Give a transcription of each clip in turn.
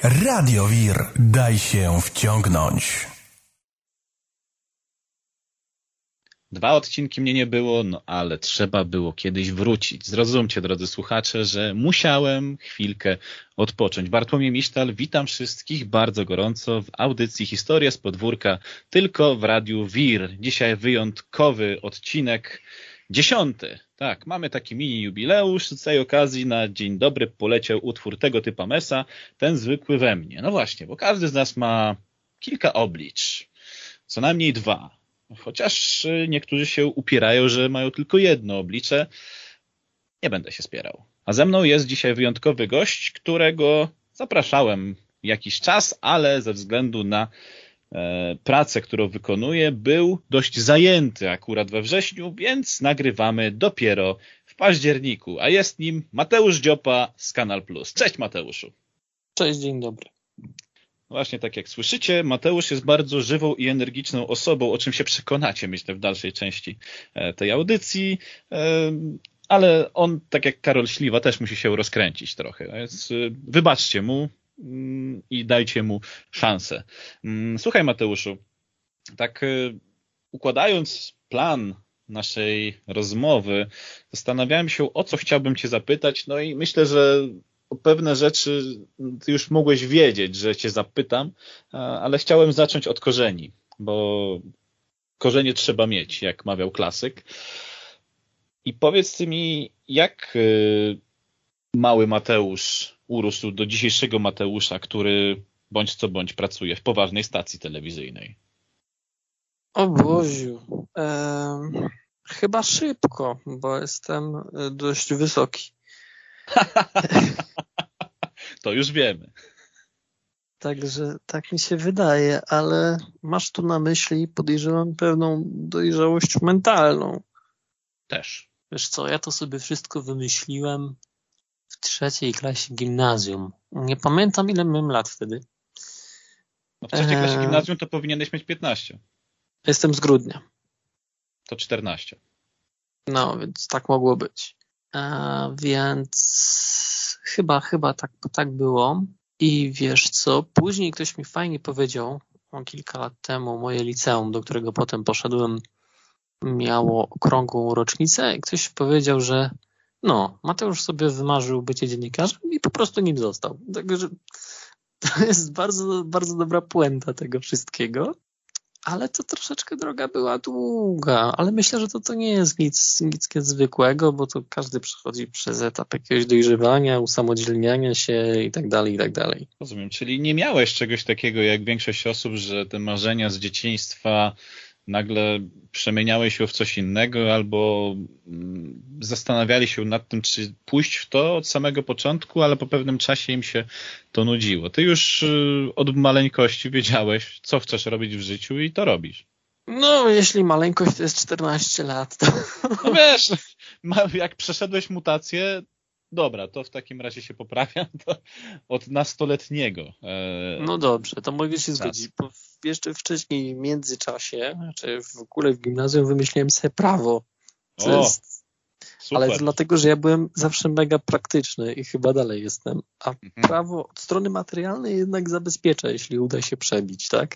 Radio Wir. Daj się wciągnąć. 2 odcinki mnie nie było, no ale trzeba było kiedyś wrócić. Zrozumcie, drodzy słuchacze, że musiałem chwilkę odpocząć. Bartłomiej Misztal, witam wszystkich bardzo gorąco w audycji Historia z podwórka, tylko w Radiu Wir. Dzisiaj wyjątkowy odcinek 10. Tak, mamy taki mini jubileusz. Z tej okazji na dzień dobry poleciał utwór tego typa Mesa, ten zwykły we mnie. No właśnie, bo każdy z nas ma kilka oblicz, co najmniej 2. Chociaż niektórzy się upierają, że mają tylko jedno oblicze. Nie będę się spierał. A ze mną jest dzisiaj wyjątkowy gość, którego zapraszałem jakiś czas, ale ze względu na pracę, którą wykonuje, był dość zajęty akurat we wrześniu, więc nagrywamy dopiero w październiku. A jest nim Mateusz Dziopa z Kanal Plus. Cześć Mateuszu. Cześć, dzień dobry. Właśnie tak jak słyszycie, Mateusz jest bardzo żywą i energiczną osobą, o czym się przekonacie, myślę, w dalszej części tej audycji, ale on, tak jak Karol Śliwa, też musi się rozkręcić trochę, więc wybaczcie mu i dajcie mu szansę. Słuchaj Mateuszu, tak układając plan naszej rozmowy, zastanawiałem się, o co chciałbym cię zapytać, no i myślę, że o pewne rzeczy ty już mogłeś wiedzieć, że cię zapytam, ale chciałem zacząć od korzeni, bo korzenie trzeba mieć, jak mawiał klasyk. I powiedz mi, jak mały Mateusz urósł do dzisiejszego Mateusza, który bądź co bądź pracuje w poważnej stacji telewizyjnej? O Boziu, chyba szybko, bo jestem dość wysoki. To już wiemy. Także tak mi się wydaje, ale masz tu na myśli, podejrzewam, pewną dojrzałość mentalną. Też. Wiesz co, ja to sobie wszystko wymyśliłem w 3. klasie gimnazjum. Nie pamiętam, ile miałem lat wtedy. No w 3. klasie gimnazjum to powinieneś mieć 15. Jestem z Grudnia. To 14. No, więc tak mogło być. Więc chyba tak było. I wiesz co, później ktoś mi fajnie powiedział, kilka lat temu, moje liceum, do którego potem poszedłem, miało okrągłą rocznicę i ktoś powiedział, że no, Mateusz sobie wymarzył bycie dziennikarzem i po prostu nim został. Także to jest bardzo, bardzo dobra puenta tego wszystkiego. Ale to troszeczkę droga była długa, ale myślę, że to nie jest nic niezwykłego, bo to każdy przechodzi przez etap jakiegoś dojrzewania, usamodzielniania się i tak dalej, i tak dalej. Rozumiem, czyli nie miałeś czegoś takiego jak większość osób, że te marzenia z dzieciństwa nagle przemieniały się w coś innego albo zastanawiali się nad tym, czy pójść w to od samego początku, ale po pewnym czasie im się to nudziło. Ty już od maleńkości wiedziałeś, co chcesz robić w życiu i to robisz. No, jeśli maleńkość to jest 14 lat, to... No wiesz, jak przeszedłeś mutację, dobra, to w takim razie się poprawiam, to od nastoletniego. No dobrze, to mogę się zgodzić. Jeszcze wcześniej w międzyczasie, czy w ogóle w gimnazjum wymyśliłem sobie prawo. Ale to dlatego, że ja byłem zawsze mega praktyczny i chyba dalej jestem. A prawo od strony materialnej jednak zabezpiecza, jeśli uda się przebić, tak?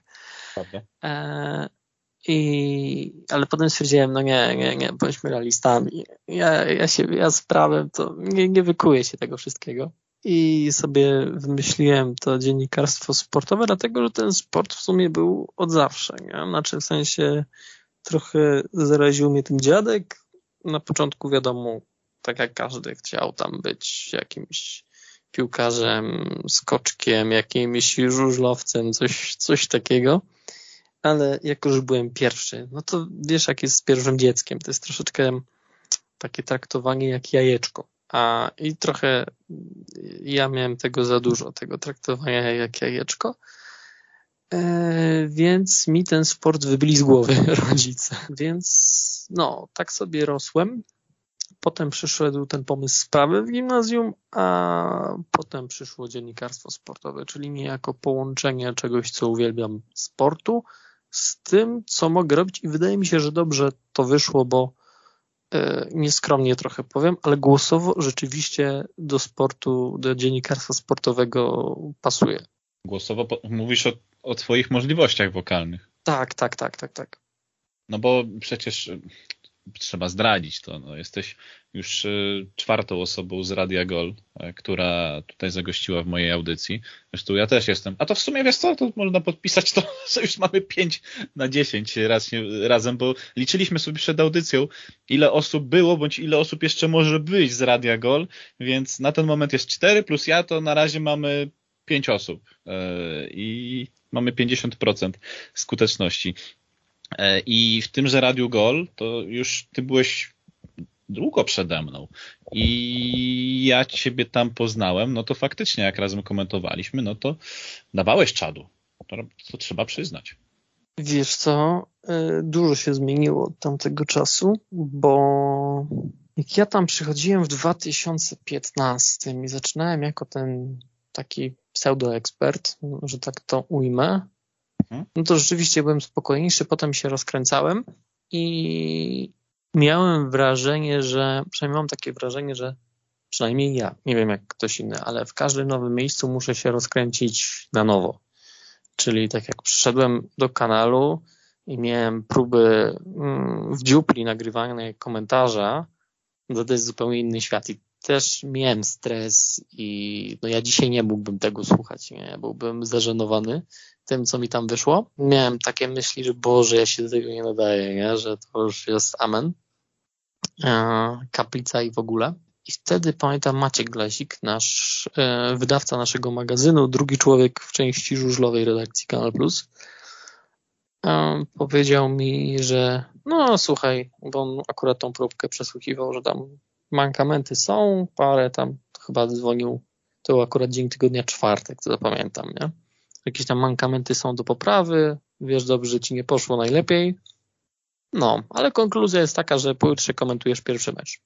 Ale potem stwierdziłem, no nie, bądźmy realistami. Ja z prawem to nie wykuję się tego wszystkiego. I sobie wymyśliłem to dziennikarstwo sportowe, dlatego, że ten sport w sumie był od zawsze. Nie? Znaczy w sensie trochę zaraził mnie ten dziadek. Na początku wiadomo, tak jak każdy chciał tam być jakimś piłkarzem, skoczkiem, jakimś żużlowcem, coś takiego. Ale jako, że byłem pierwszy, no to wiesz, jak jest z pierwszym dzieckiem. To jest troszeczkę takie traktowanie jak jajeczko. I trochę ja miałem tego za dużo, tego traktowania jak jajeczko, więc mi ten sport wybili z głowy rodzice. Więc no, tak sobie rosłem. Potem przyszedł ten pomysł sprawy w gimnazjum, a potem przyszło dziennikarstwo sportowe, czyli niejako połączenie czegoś, co uwielbiam, sportu, z tym, co mogę robić i wydaje mi się, że dobrze to wyszło, bo nieskromnie trochę powiem, ale głosowo rzeczywiście do sportu, do dziennikarstwa sportowego pasuje. Głosowo mówisz o twoich możliwościach wokalnych. Tak. No bo przecież trzeba zdradzić to. No, jesteś już 4. osobą z Radia Gol, która tutaj zagościła w mojej audycji. Zresztą ja też jestem. A to w sumie, wiesz co, to można podpisać to, że już mamy 5/10 razem, bo liczyliśmy sobie przed audycją, ile osób było, bądź ile osób jeszcze może być z Radia Gol, więc na ten moment jest 4 plus ja, to na razie mamy 5 osób i mamy 50% skuteczności. I w tymże Radiu Gol to już ty byłeś długo przede mną i ja ciebie tam poznałem, no to faktycznie jak razem komentowaliśmy, no to dawałeś czadu. To trzeba przyznać. Wiesz co, dużo się zmieniło od tamtego czasu, bo jak ja tam przychodziłem w 2015 i zaczynałem jako ten taki pseudoekspert, że tak to ujmę, no to rzeczywiście byłem spokojniejszy, potem się rozkręcałem i miałem wrażenie, przynajmniej mam takie wrażenie, że przynajmniej ja, nie wiem jak ktoś inny, ale w każdym nowym miejscu muszę się rozkręcić na nowo. Czyli tak jak przyszedłem do kanału i miałem próby w dziupli nagrywania komentarza, to jest zupełnie inny świat i też miałem stres i no ja dzisiaj nie mógłbym tego słuchać, nie? Byłbym zażenowany tym, co mi tam wyszło. Miałem takie myśli, że Boże, ja się do tego nie nadaję, nie? Że to już jest amen. Kaplica i w ogóle. I wtedy pamiętam Maciek Glasik, nasz wydawca naszego magazynu, drugi człowiek w części żużlowej redakcji Kanal Plus, powiedział mi, że no słuchaj, bo on akurat tą próbkę przesłuchiwał, że tam mankamenty są, parę tam chyba dzwonił, to był akurat dzień tygodnia czwartek, to zapamiętam, nie? Jakieś tam mankamenty są do poprawy, wiesz dobrze, że ci nie poszło najlepiej. No, ale konkluzja jest taka, że pojutrze komentujesz pierwszy mecz.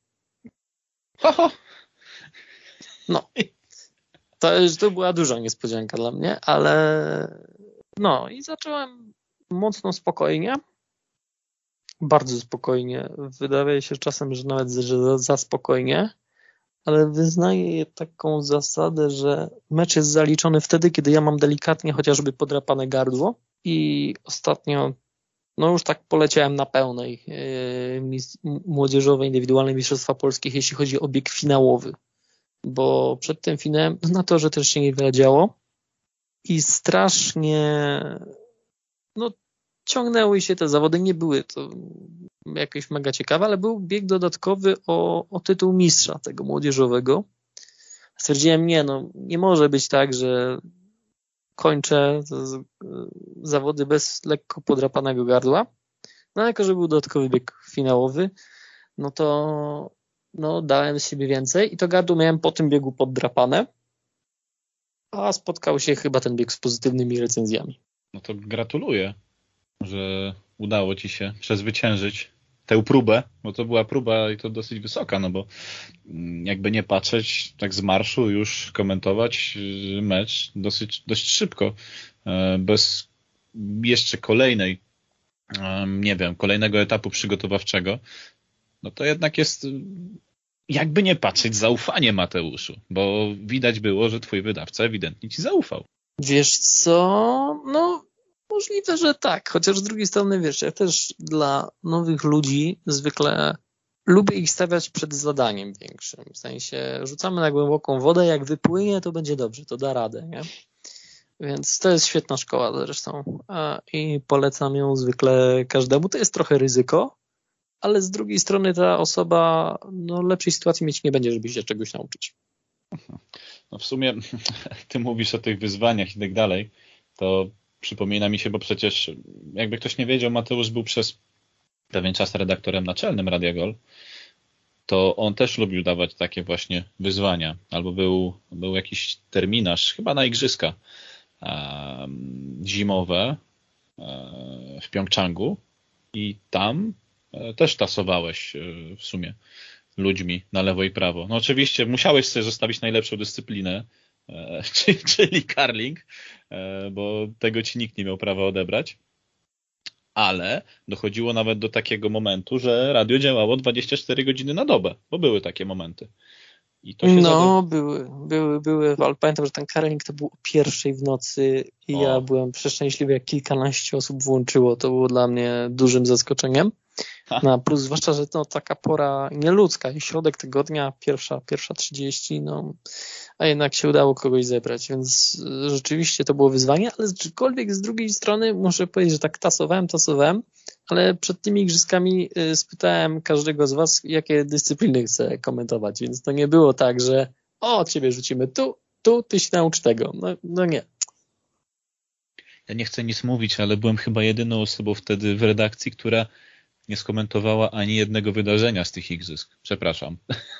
No, to była duża niespodzianka dla mnie, ale no i zacząłem mocno spokojnie, bardzo spokojnie. Wydaje się czasem, że nawet za spokojnie, ale wyznaję taką zasadę, że mecz jest zaliczony wtedy, kiedy ja mam delikatnie chociażby podrapane gardło i ostatnio no już tak poleciałem na pełnej młodzieżowej, indywidualnej Mistrzostwa Polskich, jeśli chodzi o bieg finałowy, bo przed tym finałem na torze też się niewiele działo i strasznie no ciągnęły się te zawody, nie były to jakieś mega ciekawe, ale był bieg dodatkowy o tytuł mistrza tego młodzieżowego. Stwierdziłem, nie może być tak, że kończę zawody bez lekko podrapanego gardła. No jako, że był dodatkowy bieg finałowy, no to dałem z siebie więcej i to gardło miałem po tym biegu poddrapane, a spotkał się chyba ten bieg z pozytywnymi recenzjami. No to gratuluję, że udało ci się przezwyciężyć tę próbę, bo to była próba i to dosyć wysoka, no bo jakby nie patrzeć, tak z marszu już komentować mecz dość szybko, bez jeszcze kolejnego etapu przygotowawczego, no to jednak jest jakby nie patrzeć zaufanie Mateuszu, bo widać było, że twój wydawca ewidentnie ci zaufał. Wiesz co, no możliwe, że tak, chociaż z drugiej strony, wiesz, ja też dla nowych ludzi zwykle lubię ich stawiać przed zadaniem większym, w sensie rzucamy na głęboką wodę, jak wypłynie, to będzie dobrze, to da radę, nie? Więc to jest świetna szkoła zresztą i polecam ją zwykle każdemu, to jest trochę ryzyko, ale z drugiej strony ta osoba lepszej sytuacji mieć nie będzie, żeby się czegoś nauczyć. No w sumie ty mówisz o tych wyzwaniach i tak dalej, to przypomina mi się, bo przecież jakby ktoś nie wiedział, Mateusz był przez pewien czas redaktorem naczelnym Radia Gol, to on też lubił dawać takie właśnie wyzwania. Albo był jakiś terminarz, chyba na igrzyska zimowe w Pjongczangu i tam też tasowałeś w sumie ludźmi na lewo i prawo. No oczywiście musiałeś sobie zostawić najlepszą dyscyplinę, czyli curling, bo tego ci nikt nie miał prawa odebrać, ale dochodziło nawet do takiego momentu, że radio działało 24 godziny na dobę, bo były takie momenty. I to się były, ale pamiętam, że ten Karolnik to był o 1:00 w nocy i ja byłem przeszczęśliwy, jak kilkanaście osób włączyło. To było dla mnie dużym zaskoczeniem. No, plus zwłaszcza, że to taka pora nieludzka, środek tygodnia, pierwsza 30, no, a jednak się udało kogoś zebrać, więc rzeczywiście to było wyzwanie, ale aczkolwiek z drugiej strony muszę powiedzieć, że tak tasowałem, ale przed tymi igrzyskami spytałem każdego z was, jakie dyscypliny chce komentować, więc to nie było tak, że ciebie rzucimy tu, ty się naucz tego. No nie. Ja nie chcę nic mówić, ale byłem chyba jedyną osobą wtedy w redakcji, która nie skomentowała ani jednego wydarzenia z tych igrzysk. Przepraszam.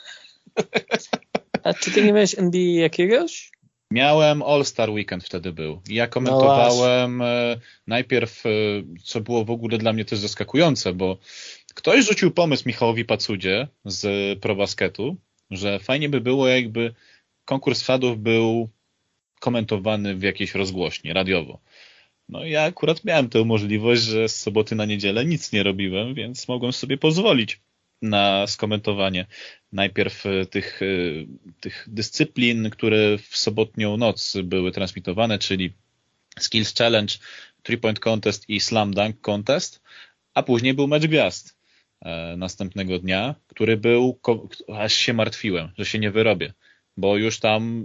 A czy ty nie miałeś NBA jakiegoś? Miałem All-Star Weekend wtedy był. Ja komentowałem najpierw, co było w ogóle dla mnie też zaskakujące, bo ktoś rzucił pomysł Michałowi Pacudzie z ProBasketu, że fajnie by było, jakby konkurs wsadów był komentowany w jakiejś rozgłośni, radiowo. No ja akurat miałem tę możliwość, że z soboty na niedzielę nic nie robiłem, więc mogłem sobie pozwolić na skomentowanie najpierw tych dyscyplin, które w sobotnią noc były transmitowane, czyli Skills Challenge, 3-Point Contest i Slam Dunk Contest, a później był mecz gwiazd następnego dnia, który był, aż się martwiłem, że się nie wyrobię, bo już tam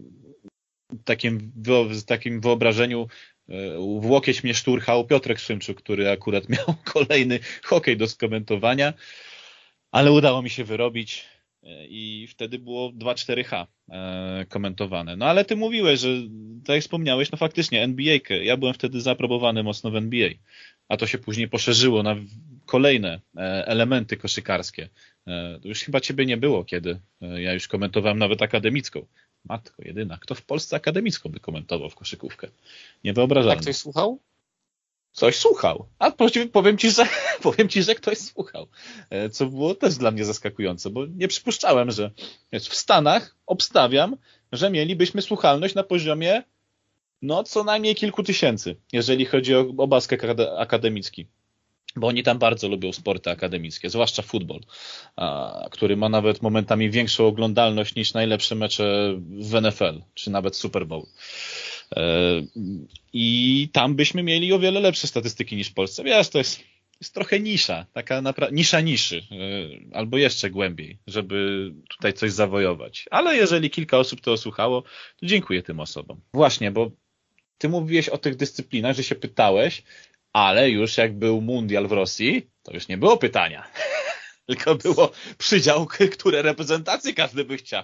w takim wyobrażeniu w łokieć mnie szturchał Piotrek Szymczuk, który akurat miał kolejny hokej do skomentowania, ale udało mi się wyrobić i wtedy było 2-4H komentowane. No ale ty mówiłeś, że tak jak wspomniałeś, no faktycznie NBA, ja byłem wtedy zaaprobowany mocno w NBA, a to się później poszerzyło na kolejne elementy koszykarskie. To już chyba ciebie nie było, kiedy ja już komentowałem nawet akademicką. Matko jedyna, kto w Polsce akademicką by komentował w koszykówkę? Niewyobrażalne. A ktoś słuchał? Ktoś słuchał. A powiem ci, że ktoś słuchał. Co było też dla mnie zaskakujące, bo nie przypuszczałem, że w Stanach obstawiam, że mielibyśmy słuchalność na poziomie co najmniej kilku tysięcy, jeżeli chodzi o basket akademicki. Bo oni tam bardzo lubią sporty akademickie, zwłaszcza futbol, który ma nawet momentami większą oglądalność niż najlepsze mecze w NFL, czy nawet Super Bowl. I tam byśmy mieli o wiele lepsze statystyki niż w Polsce. Wiesz, to jest trochę nisza, taka nisza niszy, albo jeszcze głębiej, żeby tutaj coś zawojować. Ale jeżeli kilka osób to słuchało, to dziękuję tym osobom. Właśnie, bo ty mówiłeś o tych dyscyplinach, że się pytałeś, ale już jak był mundial w Rosji, to już nie było pytania. Tylko było przydział, które reprezentacje każdy by chciał.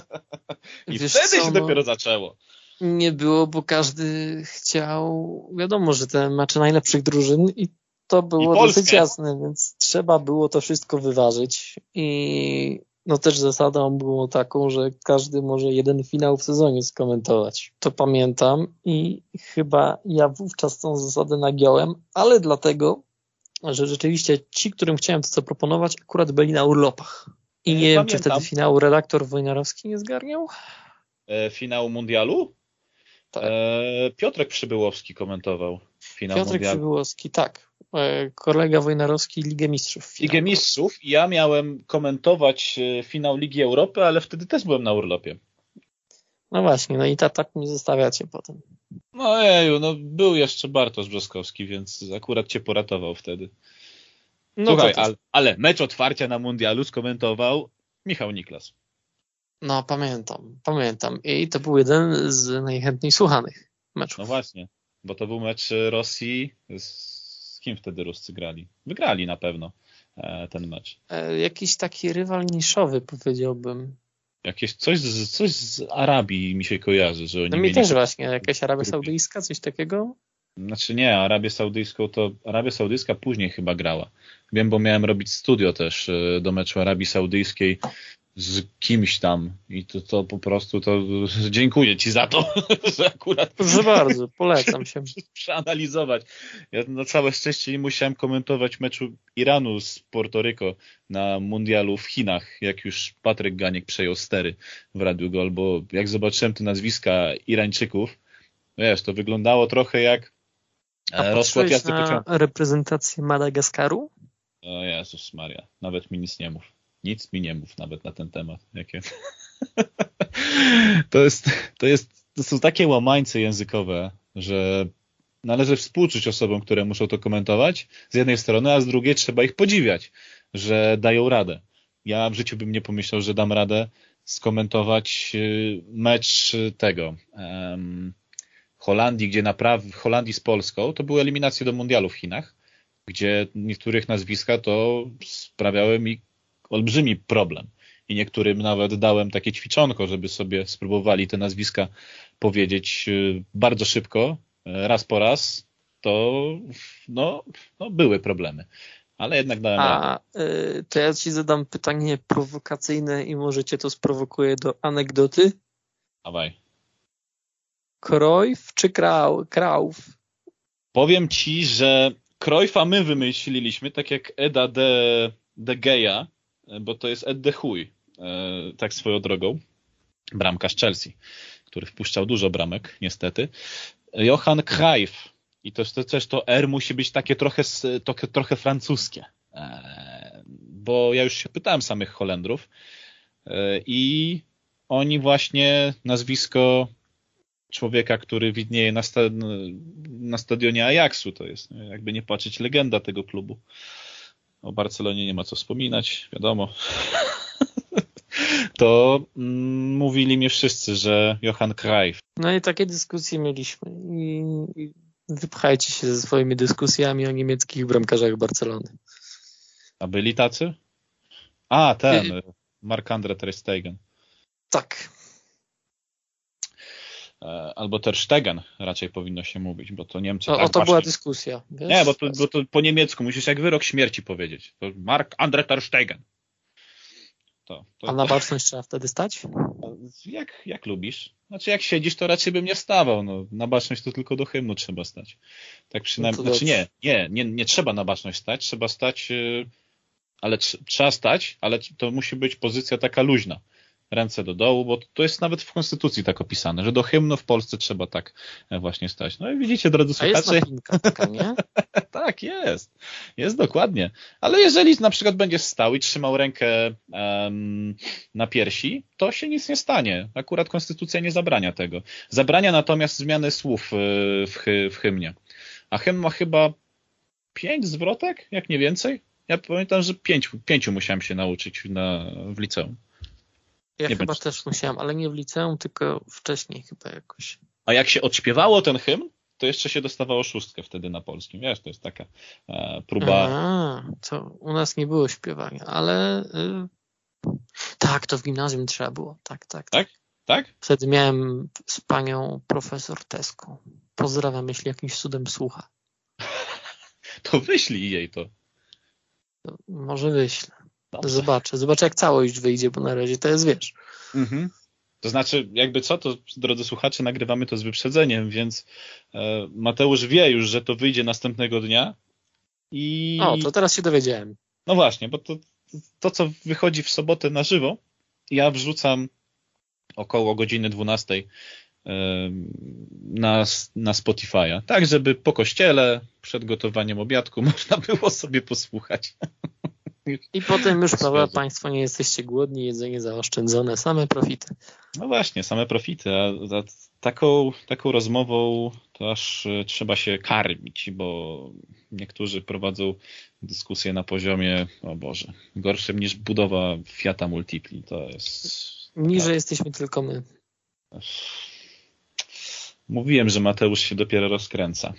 I Wiesz wtedy co, się dopiero zaczęło. Nie było, bo każdy chciał, wiadomo, że te mecze najlepszych drużyn i to było dosyć jasne, więc trzeba było to wszystko wyważyć i też zasadą było taką, że każdy może jeden finał w sezonie skomentować. To pamiętam i chyba ja wówczas tą zasadę nagiąłem, ale dlatego, że rzeczywiście ci, którym chciałem to zaproponować, akurat byli na urlopach. I nie wiem, czy wtedy finału redaktor Wojnarowski nie zgarniał? Finał mundialu? Tak. Piotrek Przybyłowski komentował finał Piotrek mundialu. Przybyłowski, tak. Kolega Wojnarowski Ligę Mistrzów. Ligę Mistrzów i ja miałem komentować finał Ligi Europy, ale wtedy też byłem na urlopie. No właśnie, i tak mi zostawiacie potem. Był jeszcze Bartosz Brzoskowski, więc akurat cię poratował wtedy. No słuchaj, ale mecz otwarcia na mundialu skomentował Michał Niklas. No pamiętam. I to był jeden z najchętniej słuchanych meczów. No właśnie, bo to był mecz Rosji. Z kim wtedy Ruscy grali? Wygrali na pewno ten mecz. Jakiś taki rywal niszowy, powiedziałbym. Coś z Arabii mi się kojarzy, że oni mi też właśnie, jakaś Arabia Saudyjska, coś takiego? Znaczy nie, Arabia Saudyjska później chyba grała. Wiem, bo miałem robić studio też do meczu Arabii Saudyjskiej z kimś tam i to po prostu dziękuję ci za to, że akurat proszę bardzo, polecam się przeanalizować. Ja na całe szczęście nie musiałem komentować meczu Iranu z Porto-Rico na mundialu w Chinach, jak już Patryk Ganiek przejął stery w Radiu Gol, bo jak zobaczyłem te nazwiska Irańczyków, wiesz, to wyglądało trochę jak rozkład jazdy pociągu. Na reprezentację Madagaskaru? O Jezus Maria, nawet mi nic nie mów. Nic mi nie mów nawet na ten temat. To są takie łamańce językowe, że należy współczuć osobom, które muszą to komentować z jednej strony, a z drugiej trzeba ich podziwiać, że dają radę. Ja w życiu bym nie pomyślał, że dam radę skomentować mecz Holandii, Holandii z Polską. To były eliminacje do mundialu w Chinach, gdzie niektórych nazwiska to sprawiały mi olbrzymi problem. I niektórym nawet dałem takie ćwiczonko, żeby sobie spróbowali te nazwiska powiedzieć bardzo szybko, raz po raz, to były problemy. Ale jednak dałem radę. To ja ci zadam pytanie prowokacyjne i może cię to sprowokuje do anegdoty. Dawaj. Cruyff czy Krauf? Powiem ci, że Cruyffa my wymyśliliśmy, tak jak Eda de Geja, bo to jest Ed de Huy, tak swoją drogą, bramkarz Chelsea, który wpuszczał dużo bramek, niestety. Johan Cruyff. I też to R musi być takie trochę francuskie. Bo ja już się pytałem samych Holendrów i oni właśnie nazwisko człowieka, który widnieje na stadionie Ajaxu, to jest jakby nie patrzeć legenda tego klubu. O Barcelonie nie ma co wspominać, wiadomo. To mówili mi wszyscy, że Johan Cruyff. No i takie dyskusje mieliśmy. I wypchajcie się ze swoimi dyskusjami o niemieckich bramkarzach Barcelony. A byli tacy? Marc-André ter Stegen. Tak. Albo ter Stegen raczej powinno się mówić, bo to Niemcy... To była dyskusja. Wiesz? Nie, bo to po niemiecku musisz jak wyrok śmierci powiedzieć. To Marc-André ter Stegen. A na baczność trzeba wtedy stać? Jak lubisz. Znaczy jak siedzisz, to raczej bym nie wstawał. No, na baczność to tylko do hymnu trzeba stać. Tak przynajmniej. Nie trzeba na baczność stać. Trzeba stać, trzeba stać, ale to musi być pozycja taka luźna. Ręce do dołu, bo to jest nawet w Konstytucji tak opisane, że do hymnu w Polsce trzeba tak właśnie stać. No i widzicie, drodzy słuchacze. A jest napinka taka, nie? Tak, jest. Jest dokładnie. Ale jeżeli na przykład będziesz stał i trzymał rękę na piersi, to się nic nie stanie. Akurat Konstytucja nie zabrania tego. Zabrania natomiast zmiany słów w hymnie. A hymn ma chyba 5 zwrotek, jak nie więcej. Ja pamiętam, że 5 musiałem się nauczyć w liceum. Ja chyba też musiałem, ale nie w liceum, tylko wcześniej chyba jakoś. A jak się odśpiewało ten hymn, to jeszcze się dostawało 6 wtedy na polskim. Wiesz, to jest taka próba... To u nas nie było śpiewania, ale tak, to w gimnazjum trzeba było. Tak? Wtedy miałem z panią profesor Teską. Pozdrawiam, jeśli jakimś cudem słucha. To wyślij jej to. Może wyślę. Zobaczę, jak całość wyjdzie, bo na razie to jest, wiesz. Mhm. To znaczy, jakby co, to drodzy słuchacze, nagrywamy to z wyprzedzeniem, więc Mateusz wie już, że to wyjdzie następnego dnia. To teraz się dowiedziałem. No właśnie, bo to co wychodzi w sobotę na żywo, ja wrzucam około godziny 12 na Spotify'a, tak żeby po kościele, przed gotowaniem obiadku można było sobie posłuchać. I potem już, prawda, Państwo nie jesteście głodni, jedzenie zaoszczędzone, same profity. No właśnie, same profity, a taką rozmową to aż trzeba się karmić, bo niektórzy prowadzą dyskusję na poziomie, o Boże, gorszym niż budowa Fiata Multipli. To jest... Niżej jesteśmy tylko my. Mówiłem, że Mateusz się dopiero rozkręca.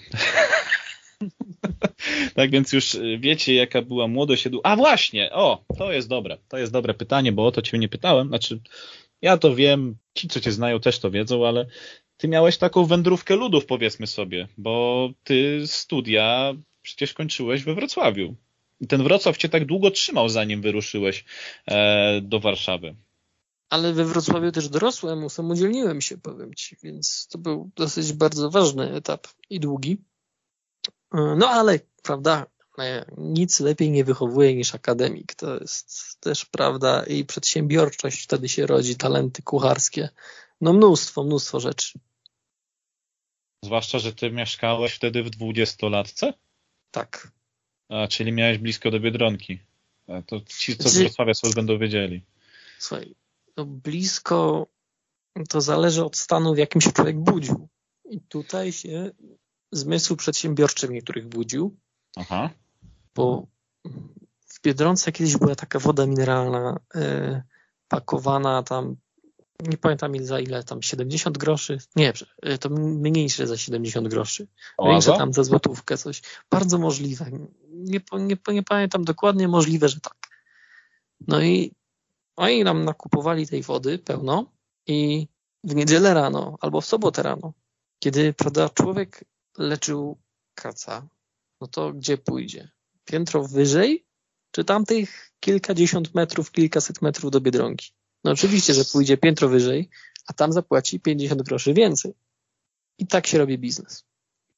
Tak więc już wiecie, jaka była młodość. A właśnie, to jest dobre pytanie, bo o to cię nie pytałem. Znaczy, ja to wiem, ci, co cię znają, też to wiedzą, ale ty miałeś taką wędrówkę ludów, powiedzmy sobie, bo ty studia przecież kończyłeś we Wrocławiu. I ten Wrocław cię tak długo trzymał, zanim wyruszyłeś do Warszawy. Ale we Wrocławiu też dorosłem, usamodzielniłem się, powiem ci, więc to był dosyć bardzo ważny etap i długi. No ale, prawda, nic lepiej nie wychowuje niż akademik. To jest też prawda i przedsiębiorczość, wtedy się rodzi, talenty kucharskie. No mnóstwo rzeczy. Zwłaszcza, że ty mieszkałeś wtedy w 20-latce? Tak. Czyli miałeś blisko do Biedronki. To ci, co z Wrocławia są, będą wiedzieli. Słuchaj, no blisko to zależy od stanu, w jakim się człowiek budził. I tutaj się zmysł przedsiębiorczy w niektórych budził. Aha. Bo w Biedronce kiedyś była taka woda mineralna pakowana tam, nie pamiętam za ile, tam 70 groszy. Nie, to mniejsze za 70 groszy. Większe tam za złotówkę, coś. Bardzo możliwe. Nie pamiętam dokładnie, możliwe, że tak. No i oni nam nakupowali tej wody pełno i w niedzielę rano albo w sobotę rano, kiedy, prawda, człowiek leczył kaca, no to gdzie pójdzie? Piętro wyżej, czy tamtych kilkadziesiąt metrów, kilkaset metrów do Biedronki? No oczywiście, że pójdzie piętro wyżej, a tam zapłaci 50 groszy więcej. I tak się robi biznes.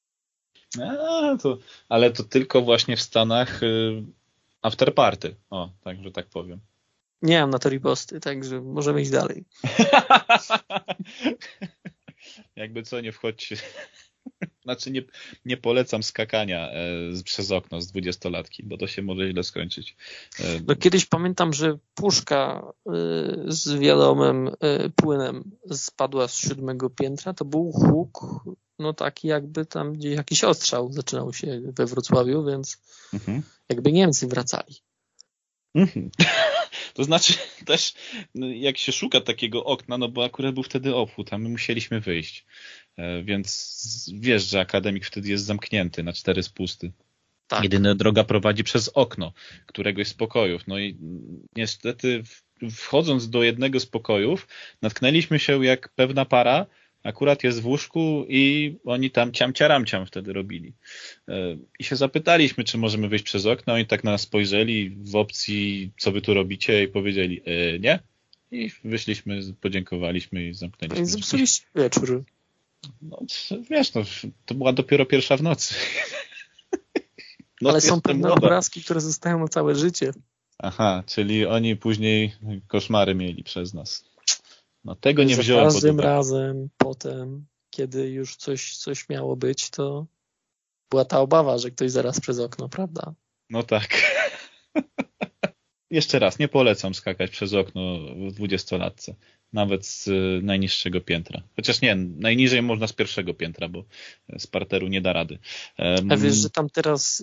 Ale to tylko właśnie w Stanach afterparty. O, tak, że tak powiem. Nie mam na to riposty, także możemy iść dalej. Jakby co, nie wchodźcie. Znaczy nie polecam skakania przez okno z 20-latki, bo to się może źle skończyć. No kiedyś pamiętam, że puszka z wiadomym płynem spadła z 7. piętra. To był huk, no taki jakby tam gdzieś jakiś ostrzał zaczynał się we Wrocławiu, więc jakby Niemcy wracali. To znaczy też jak się szuka takiego okna, no bo akurat był wtedy obchód, a my musieliśmy wyjść. Więc wiesz, że akademik wtedy jest zamknięty na 4 spusty. Tak. Jedyna droga prowadzi przez okno któregoś z pokojów. No i niestety wchodząc do jednego z pokojów natknęliśmy się jak pewna para, akurat jest w łóżku i oni tam ciam wtedy robili. I się zapytaliśmy, czy możemy wyjść przez okno. Oni tak na nas spojrzeli w opcji, co wy tu robicie i powiedzieli nie. I wyszliśmy, podziękowaliśmy i zamknęliśmy. I zepsuliście wieczór. No wiesz, no, to była dopiero 1:00 w nocy. Ale są pewne obrazki, które zostają na całe życie. Aha, czyli oni później koszmary mieli przez nas. No tego nie wziąłem pod uwagę. Każdym razem potem, kiedy już coś miało być, to była ta obawa, że ktoś zaraz przez okno, prawda? No tak. Jeszcze raz, nie polecam skakać przez okno w 20-latce. Nawet z najniższego piętra. Chociaż nie, najniżej można z 1. piętra, bo z parteru nie da rady. A wiesz, że tam teraz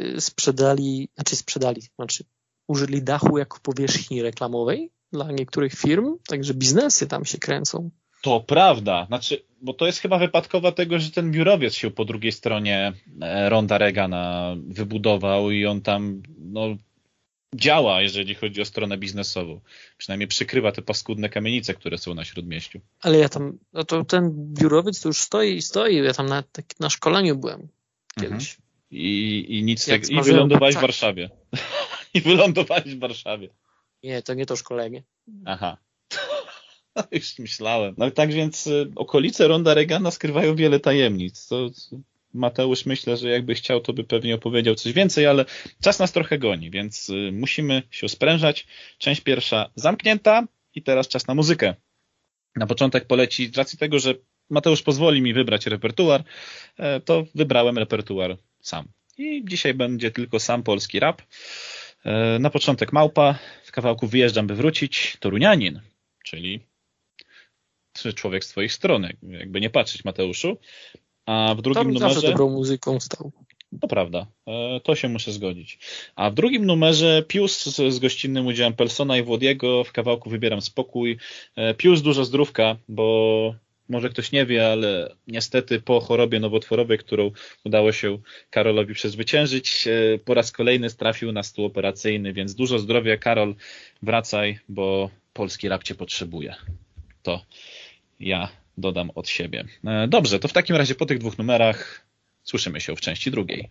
użyli dachu jako powierzchni reklamowej dla niektórych firm, także biznesy tam się kręcą. To prawda, znaczy, bo to jest chyba wypadkowa tego, że ten biurowiec się po drugiej stronie Ronda Reagana wybudował i on tam działa, jeżeli chodzi o stronę biznesową. Przynajmniej przykrywa te paskudne kamienice, które są na Śródmieściu. Ale ja tam, to ten biurowiec to już stoi. Ja tam na szkoleniu byłem kiedyś. I nic tak. I wylądowałeś w Warszawie. I wylądowałeś w Warszawie. Nie, to nie to szkolenie. Aha. Już myślałem. No tak więc okolice Ronda Reagana skrywają wiele tajemnic. To Mateusz, myślę, że jakby chciał, to by pewnie opowiedział coś więcej, ale czas nas trochę goni, więc musimy się sprężać. Część pierwsza zamknięta i teraz czas na muzykę. Na początek poleci, z racji tego, że Mateusz pozwoli mi wybrać repertuar, to wybrałem repertuar sam. I dzisiaj będzie tylko sam polski rap. Na początek Małpa, w kawałku Wyjeżdżam, by wrócić, Torunianin, czyli człowiek z twojej strony, jakby nie patrzeć, Mateuszu. A w drugim numerze... zawsze dobrą muzyką stał. To prawda, to się muszę zgodzić. A w drugim numerze Pius z gościnnym udziałem Pelsona i Włodiego, w kawałku Wybieram spokój. Pius dużo zdrówka, bo może ktoś nie wie, ale niestety po chorobie nowotworowej, którą udało się Karolowi przezwyciężyć, po raz kolejny trafił na stół operacyjny, więc dużo zdrowia, Karol, wracaj, bo polski rap cię potrzebuje. To ja dodam od siebie. Dobrze, to w takim razie po tych 2 numerach słyszymy się w części drugiej.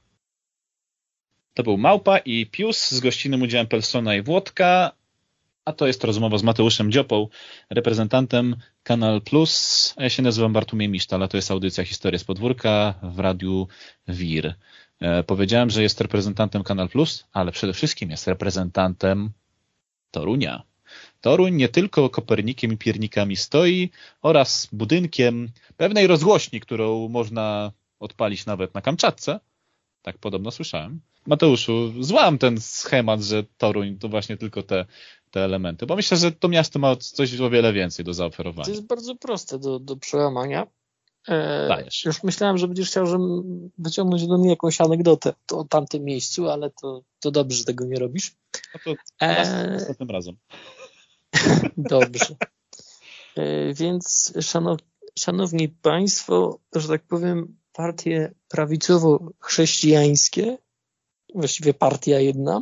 To był Małpa i Pius z gościnnym udziałem Pelsona i Włodka, a to jest rozmowa z Mateuszem Dziopą, reprezentantem Kanal Plus, a ja się nazywam Bartłomiej Misztal, a to jest audycja Historia z Podwórka w Radiu WIR. Powiedziałem, że jest reprezentantem Kanal Plus, ale przede wszystkim jest reprezentantem Torunia. Toruń nie tylko Kopernikiem i piernikami stoi oraz budynkiem pewnej rozgłośni, którą można odpalić nawet na Kamczatce, Tak podobno słyszałem. Mateuszu, złam ten schemat, że Toruń to właśnie tylko te elementy, bo myślę, że to miasto ma coś o wiele więcej do zaoferowania. To jest bardzo proste do przełamania. Dajesz. Już myślałem, że będziesz chciał, żebym wyciągnąć do mnie jakąś anegdotę o tamtym miejscu, ale to dobrze, że tego nie robisz. No to następnym razem. Dobrze. Więc szanowni Państwo, że tak powiem, partie prawicowo-chrześcijańskie, właściwie partia jedna,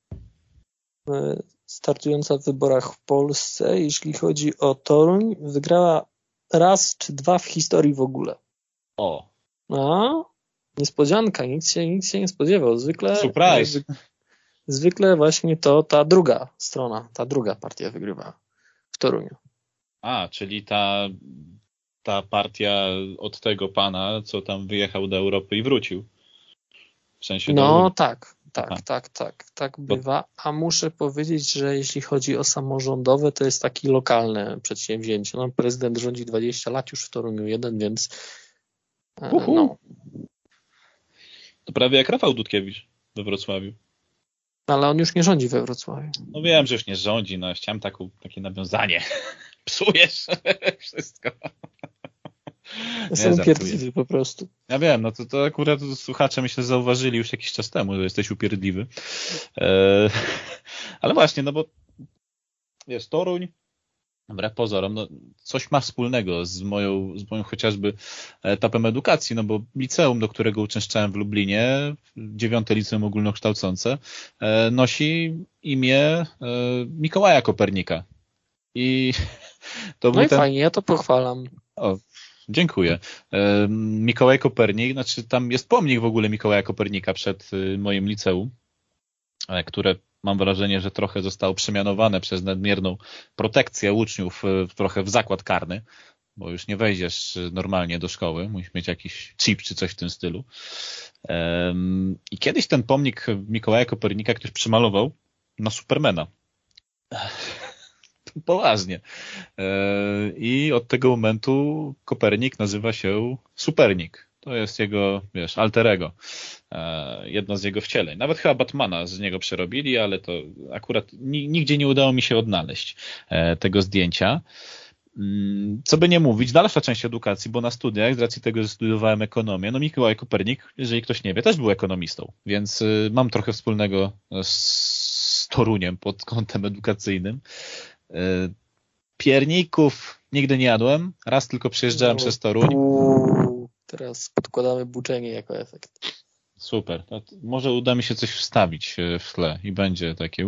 startująca w wyborach w Polsce, jeśli chodzi o Toruń, wygrała raz czy dwa w historii w ogóle. O. No, niespodzianka, nic się nie spodziewał. Surprise. Zwykle właśnie to ta druga strona, ta druga partia wygrywa w Toruniu. Czyli ta partia od tego pana, co tam wyjechał do Europy i wrócił. W sensie no tak bywa. A muszę powiedzieć, że jeśli chodzi o samorządowe, to jest takie lokalne przedsięwzięcie. No, prezydent rządzi 20 lat już w Toruniu jeden, więc no. To prawie jak Rafał Dudkiewicz we Wrocławiu. Ale on już nie rządzi we Wrocławiu. No wiem, że już nie rządzi, no chciałem takie nawiązanie. Psujesz wszystko. Są upierdliwy po prostu. Ja wiem, no to akurat słuchacze myślę zauważyli już jakiś czas temu, że jesteś upierdliwy. Ale właśnie, no bo jest Toruń, wbrew pozorom, no coś ma wspólnego z moją chociażby etapem edukacji, no bo liceum, do którego uczęszczałem w Lublinie, 9. liceum ogólnokształcące, nosi imię Mikołaja Kopernika. I to był fajnie, ja to pochwalam. O, dziękuję. Mikołaj Kopernik, znaczy tam jest pomnik w ogóle Mikołaja Kopernika przed moim liceum, które mam wrażenie, że trochę zostało przemianowane przez nadmierną protekcję uczniów trochę w zakład karny, bo już nie wejdziesz normalnie do szkoły, musisz mieć jakiś chip czy coś w tym stylu. I kiedyś ten pomnik Mikołaja Kopernika ktoś przemalował na Supermana. Poważnie. I od tego momentu Kopernik nazywa się Supernik. To jest jego, alter ego. Jedno z jego wcieleń. Nawet chyba Batmana z niego przerobili, ale to akurat nigdzie nie udało mi się odnaleźć tego zdjęcia. Co by nie mówić, dalsza część edukacji, bo na studiach, z racji tego, że studiowałem ekonomię, no Mikołaj Kopernik, jeżeli ktoś nie wie, też był ekonomistą, więc mam trochę wspólnego z Toruniem pod kątem edukacyjnym. Pierników nigdy nie jadłem, raz tylko przejeżdżałem przez Toruń. Teraz podkładamy buczenie jako efekt. Super. Może uda mi się coś wstawić w tle i będzie takie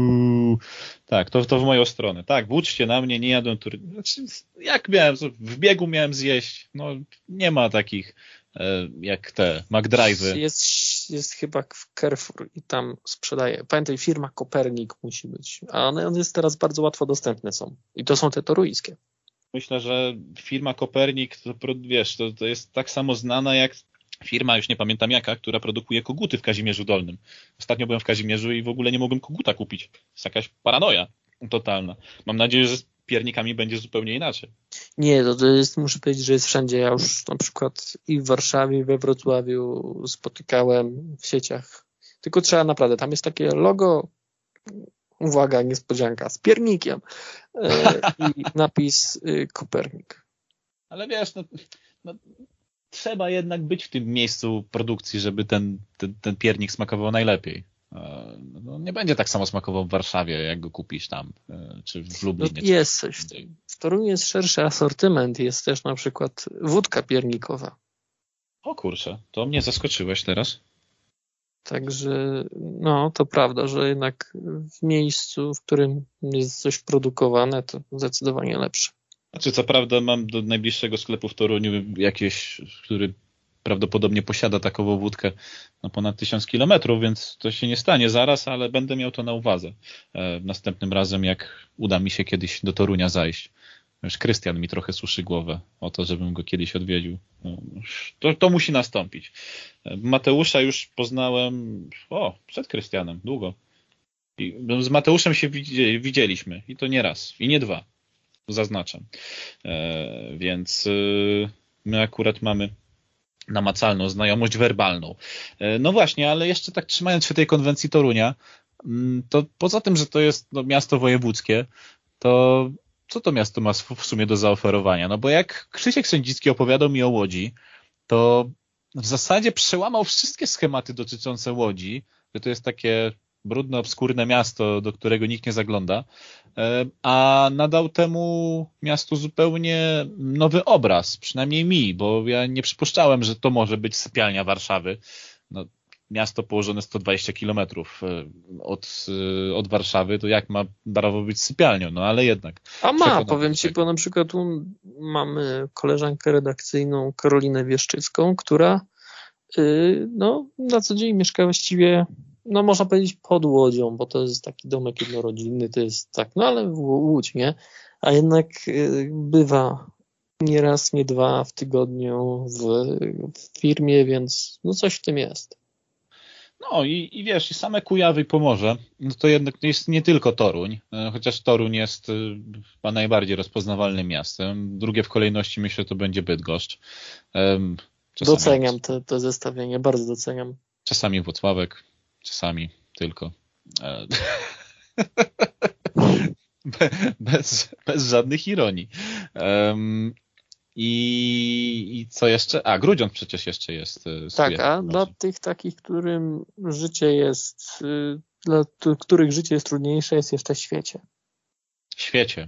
tak, to w moją stronę. Tak, włóczcie na mnie, nie jadłem Znaczy, jak miałem, w biegu miałem zjeść. No nie ma takich jak te McDrive'y. Jest chyba w Carrefour i tam sprzedaje. Pamiętaj, firma Kopernik musi być. A one jest teraz bardzo łatwo dostępne są. I to są te toruńskie. Myślę, że firma Kopernik, to jest tak samo znana jak firma, już nie pamiętam jaka, która produkuje koguty w Kazimierzu Dolnym. Ostatnio byłem w Kazimierzu i w ogóle nie mogłem koguta kupić. To jest jakaś paranoja totalna. Mam nadzieję, że z piernikami będzie zupełnie inaczej. Nie, to jest, muszę powiedzieć, że jest wszędzie. Ja już na przykład i w Warszawie, i we Wrocławiu spotykałem w sieciach. Tylko trzeba naprawdę, tam jest takie logo, uwaga, niespodzianka, z piernikiem i napis Kopernik. Ale wiesz, no trzeba jednak być w tym miejscu produkcji, żeby ten piernik smakował najlepiej. No, nie będzie tak samo smakował w Warszawie, jak go kupisz tam, czy w Lublinie. No, jest coś. W Toruniu jest szerszy asortyment. Jest też na przykład wódka piernikowa. O kurczę, to mnie zaskoczyłeś teraz. Także no, to prawda, że jednak w miejscu, w którym jest coś produkowane, to zdecydowanie lepsze. Znaczy, co prawda mam do najbliższego sklepu w Toruniu jakieś, który prawdopodobnie posiada takową wódkę na ponad 1000 kilometrów, więc to się nie stanie zaraz, ale będę miał to na uwadze. Następnym razem, jak uda mi się kiedyś do Torunia zajść. Już Krystian mi trochę suszy głowę o to, żebym go kiedyś odwiedził. To musi nastąpić. Mateusza już poznałem przed Krystianem, długo. I z Mateuszem się widzieliśmy i to nie raz, i nie dwa. Zaznaczam. Więc my akurat mamy namacalną znajomość werbalną. No właśnie, ale jeszcze tak trzymając się tej konwencji Torunia, to poza tym, że to jest miasto wojewódzkie, to co to miasto ma w sumie do zaoferowania? No bo jak Krzysiek Sędzicki opowiadał mi o Łodzi, to w zasadzie przełamał wszystkie schematy dotyczące Łodzi, że to jest takie brudne, obskurne miasto, do którego nikt nie zagląda, a nadał temu miastu zupełnie nowy obraz, przynajmniej mi, bo ja nie przypuszczałem, że to może być sypialnia Warszawy. No, miasto położone 120 kilometrów od Warszawy, to jak ma prawo być sypialnią? No ale jednak. A powiem ci, bo na przykład tu mamy koleżankę redakcyjną Karolinę Wieszczycką, która na co dzień mieszka właściwie, no można powiedzieć pod Łodzią, bo to jest taki domek jednorodzinny, to jest tak, no ale Łódź, nie? A jednak bywa nie raz, nie dwa w tygodniu w firmie, więc no coś w tym jest. No i wiesz, i same Kujawy i Pomorze, no to jednak jest nie tylko Toruń, chociaż Toruń jest chyba najbardziej rozpoznawalnym miastem. Drugie w kolejności myślę to będzie Bydgoszcz. Doceniam to zestawienie, bardzo doceniam. Czasami Włocławek, czasami tylko. Bez żadnych ironii. I co jeszcze? Grudziądz przecież jeszcze jest. Tak, dla tych takich, którym życie jest, dla których życie jest trudniejsze, jest jeszcze Świecie. Świecie.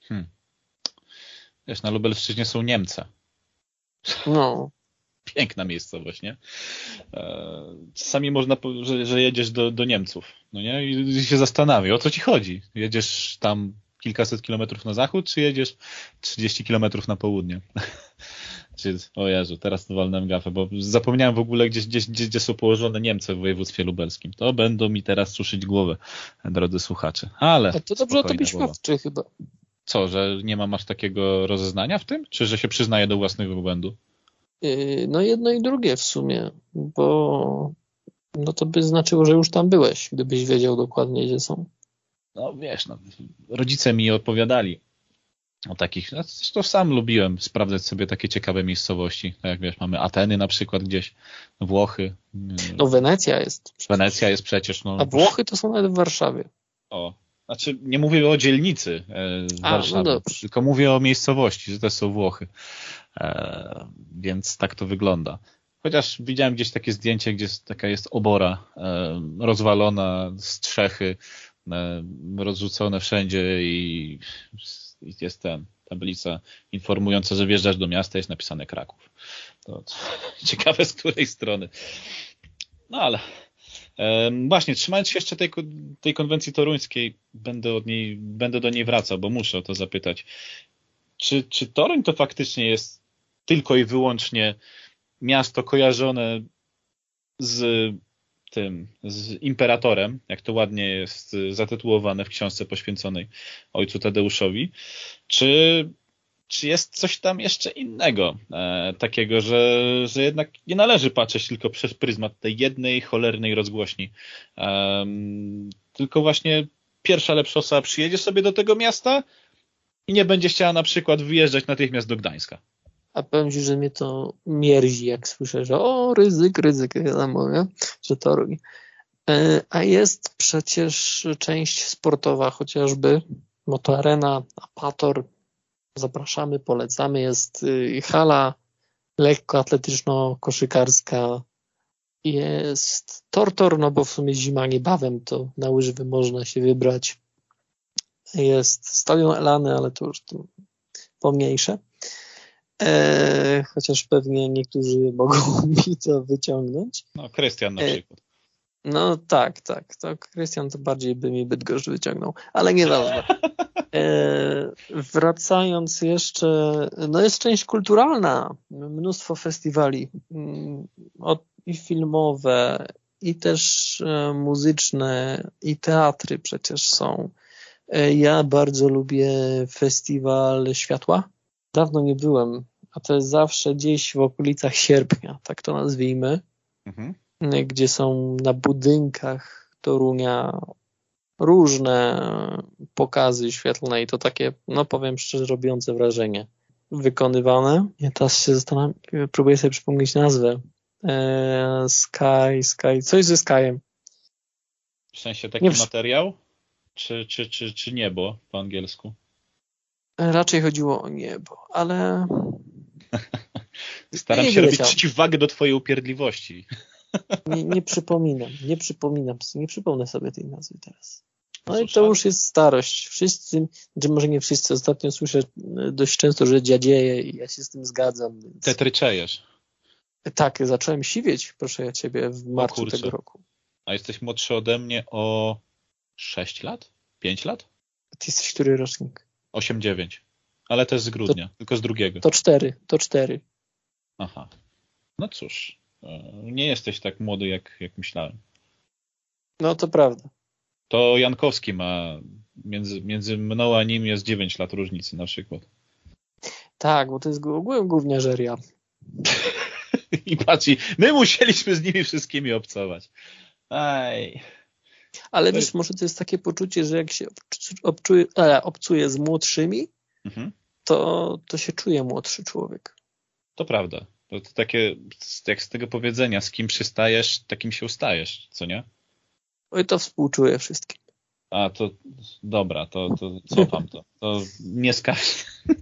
Wiesz, na Lubelszczyźnie są Niemcy. No. Piękna miejscowość, nie? Czasami można powiedzieć, że jedziesz do Niemców, no nie? I się zastanawia, o co ci chodzi? Jedziesz tam kilkaset kilometrów na zachód, czy jedziesz 30 kilometrów na południe? O Jezu, teraz to walnąłem gafę, bo zapomniałem w ogóle, gdzie są położone Niemcy w województwie lubelskim. To będą mi teraz suszyć głowę, drodzy słuchacze. Ale a to dobrze o tobie świadczy chyba. Co, że nie mam aż takiego rozeznania w tym? Czy że się przyznaję do własnego błędu? No jedno i drugie w sumie, bo no to by znaczyło, że już tam byłeś, gdybyś wiedział dokładnie, gdzie są. No wiesz, rodzice mi opowiadali o takich, to sam lubiłem sprawdzać sobie takie ciekawe miejscowości, tak jak wiesz, mamy Ateny na przykład gdzieś, Włochy. No Wenecja jest. Przecież. Wenecja jest przecież. No, a Włochy to są nawet w Warszawie. Znaczy nie mówię o dzielnicy Warszawy, no tylko mówię o miejscowości, że to są Włochy. Więc tak to wygląda. Chociaż widziałem gdzieś takie zdjęcie, gdzie taka jest obora rozwalona, strzechy rozrzucone wszędzie i jest tablica informująca, że wjeżdżasz do miasta, jest napisane Kraków. To ciekawe z której strony. No ale właśnie, trzymając się jeszcze tej konwencji toruńskiej, będę do niej wracał, bo muszę o to zapytać. Czy Toruń to faktycznie jest tylko i wyłącznie miasto kojarzone z imperatorem, jak to ładnie jest zatytułowane w książce poświęconej ojcu Tadeuszowi, czy jest coś tam jeszcze innego, takiego, że jednak nie należy patrzeć tylko przez pryzmat tej jednej cholernej rozgłośni, tylko właśnie pierwsza lepsza osoba przyjedzie sobie do tego miasta i nie będzie chciała na przykład wyjeżdżać natychmiast do Gdańska. A powiem ci, że mnie to mierzi, jak słyszę, że ryzyk, wiadomo, nie? Że Toruń. A jest przecież część sportowa chociażby, Motoarena, Apator, zapraszamy, polecamy, jest hala lekkoatletyczno-koszykarska, jest Tortor, no bo w sumie zima niebawem, to na łyżwy można się wybrać. Jest stadion Elany, ale to już pomniejsze. Chociaż pewnie niektórzy mogą mi to wyciągnąć. No, Krystian na przykład. No tak, to Krystian to bardziej by mi Bydgoszcz wyciągnął, ale nieważne. Wracając jeszcze, no jest część kulturalna, mnóstwo festiwali, i filmowe, i też muzyczne, i teatry przecież są. Ja bardzo lubię Festiwal Światła. Dawno nie byłem, a to jest zawsze gdzieś w okolicach sierpnia, tak to nazwijmy, gdzie są na budynkach Torunia różne pokazy świetlne i to takie, no powiem szczerze, robiące wrażenie. wykonywane. Ja teraz się zastanawiam, próbuję sobie przypomnieć nazwę. Sky, coś ze Skyem. W sensie taki materiał? Czy niebo po angielsku? Raczej chodziło o niebo, ale... Staram się robić przeciwwagę do twojej upierdliwości. Nie przypomnę sobie tej nazwy teraz. No i to już jest starość. Wszyscy, czy może nie wszyscy, ostatnio słyszę dość często, że dziadzieje i ja się z tym zgadzam. Więc... Tetryczejesz. Tak, zacząłem siwieć, proszę ja ciebie, w marcu tego roku. A jesteś młodszy ode mnie o 6 lat? 5 lat? Ty jesteś który rocznik? 8-9. Ale też z grudnia, tylko z drugiego. To 4. Aha. No cóż, nie jesteś tak młody, jak myślałem. No to prawda. To Jankowski ma, między mną a nim jest 9 lat różnicy na przykład. Tak, bo to jest gówniarzeria. I patrz, my musieliśmy z nimi wszystkimi obcować. Aj. Ale wiesz, może to jest takie poczucie, że jak się obcuje z młodszymi, to się czuje młodszy człowiek. To prawda. To takie, jak z tego powiedzenia, z kim przystajesz, takim się ustajesz, co nie? Oj, to współczuję wszystkim. A, to dobra, to cofam to. To nie skarż.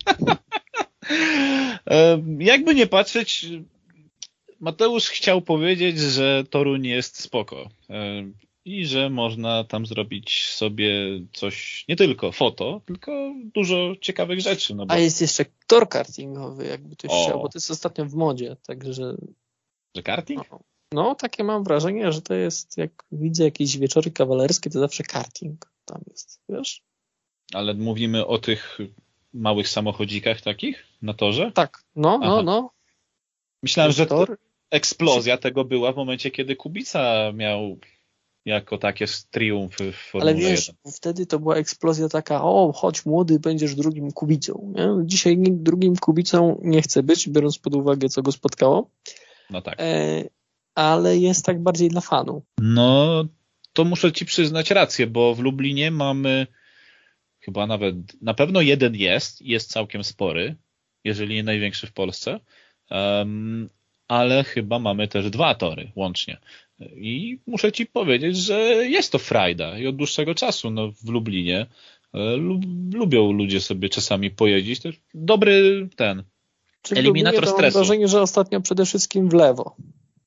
Jakby nie patrzeć, Mateusz chciał powiedzieć, że Toruń jest spoko i że można tam zrobić sobie coś, nie tylko foto, tylko dużo ciekawych rzeczy. No bo... A jest jeszcze tor kartingowy, jakby ktoś chciał, bo to jest ostatnio w modzie, także... Że karting? No, takie mam wrażenie, że to jest, jak widzę jakieś wieczory kawalerskie, to zawsze karting tam jest, wiesz? Ale mówimy o tych małych samochodzikach takich na torze? Tak, no. Myślałem, że eksplozja tego była w momencie, kiedy Kubica miał jako takie triumfy w Formule 1. Ale wiesz, wtedy to była eksplozja taka, chodź młody, będziesz drugim Kubicą. Nie? Dzisiaj nikt drugim Kubicą nie chce być, biorąc pod uwagę, co go spotkało. No tak. Ale jest tak bardziej dla fanów. No, to muszę ci przyznać rację, bo w Lublinie mamy chyba nawet, na pewno jeden jest całkiem spory, jeżeli nie największy w Polsce, ale chyba mamy też 2 tory łącznie. I muszę ci powiedzieć, że jest to frajda i od dłuższego czasu w Lublinie lubią ludzie sobie czasami pojeździć. To jest dobry eliminator stresu. Mam wrażenie, że ostatnio przede wszystkim w lewo.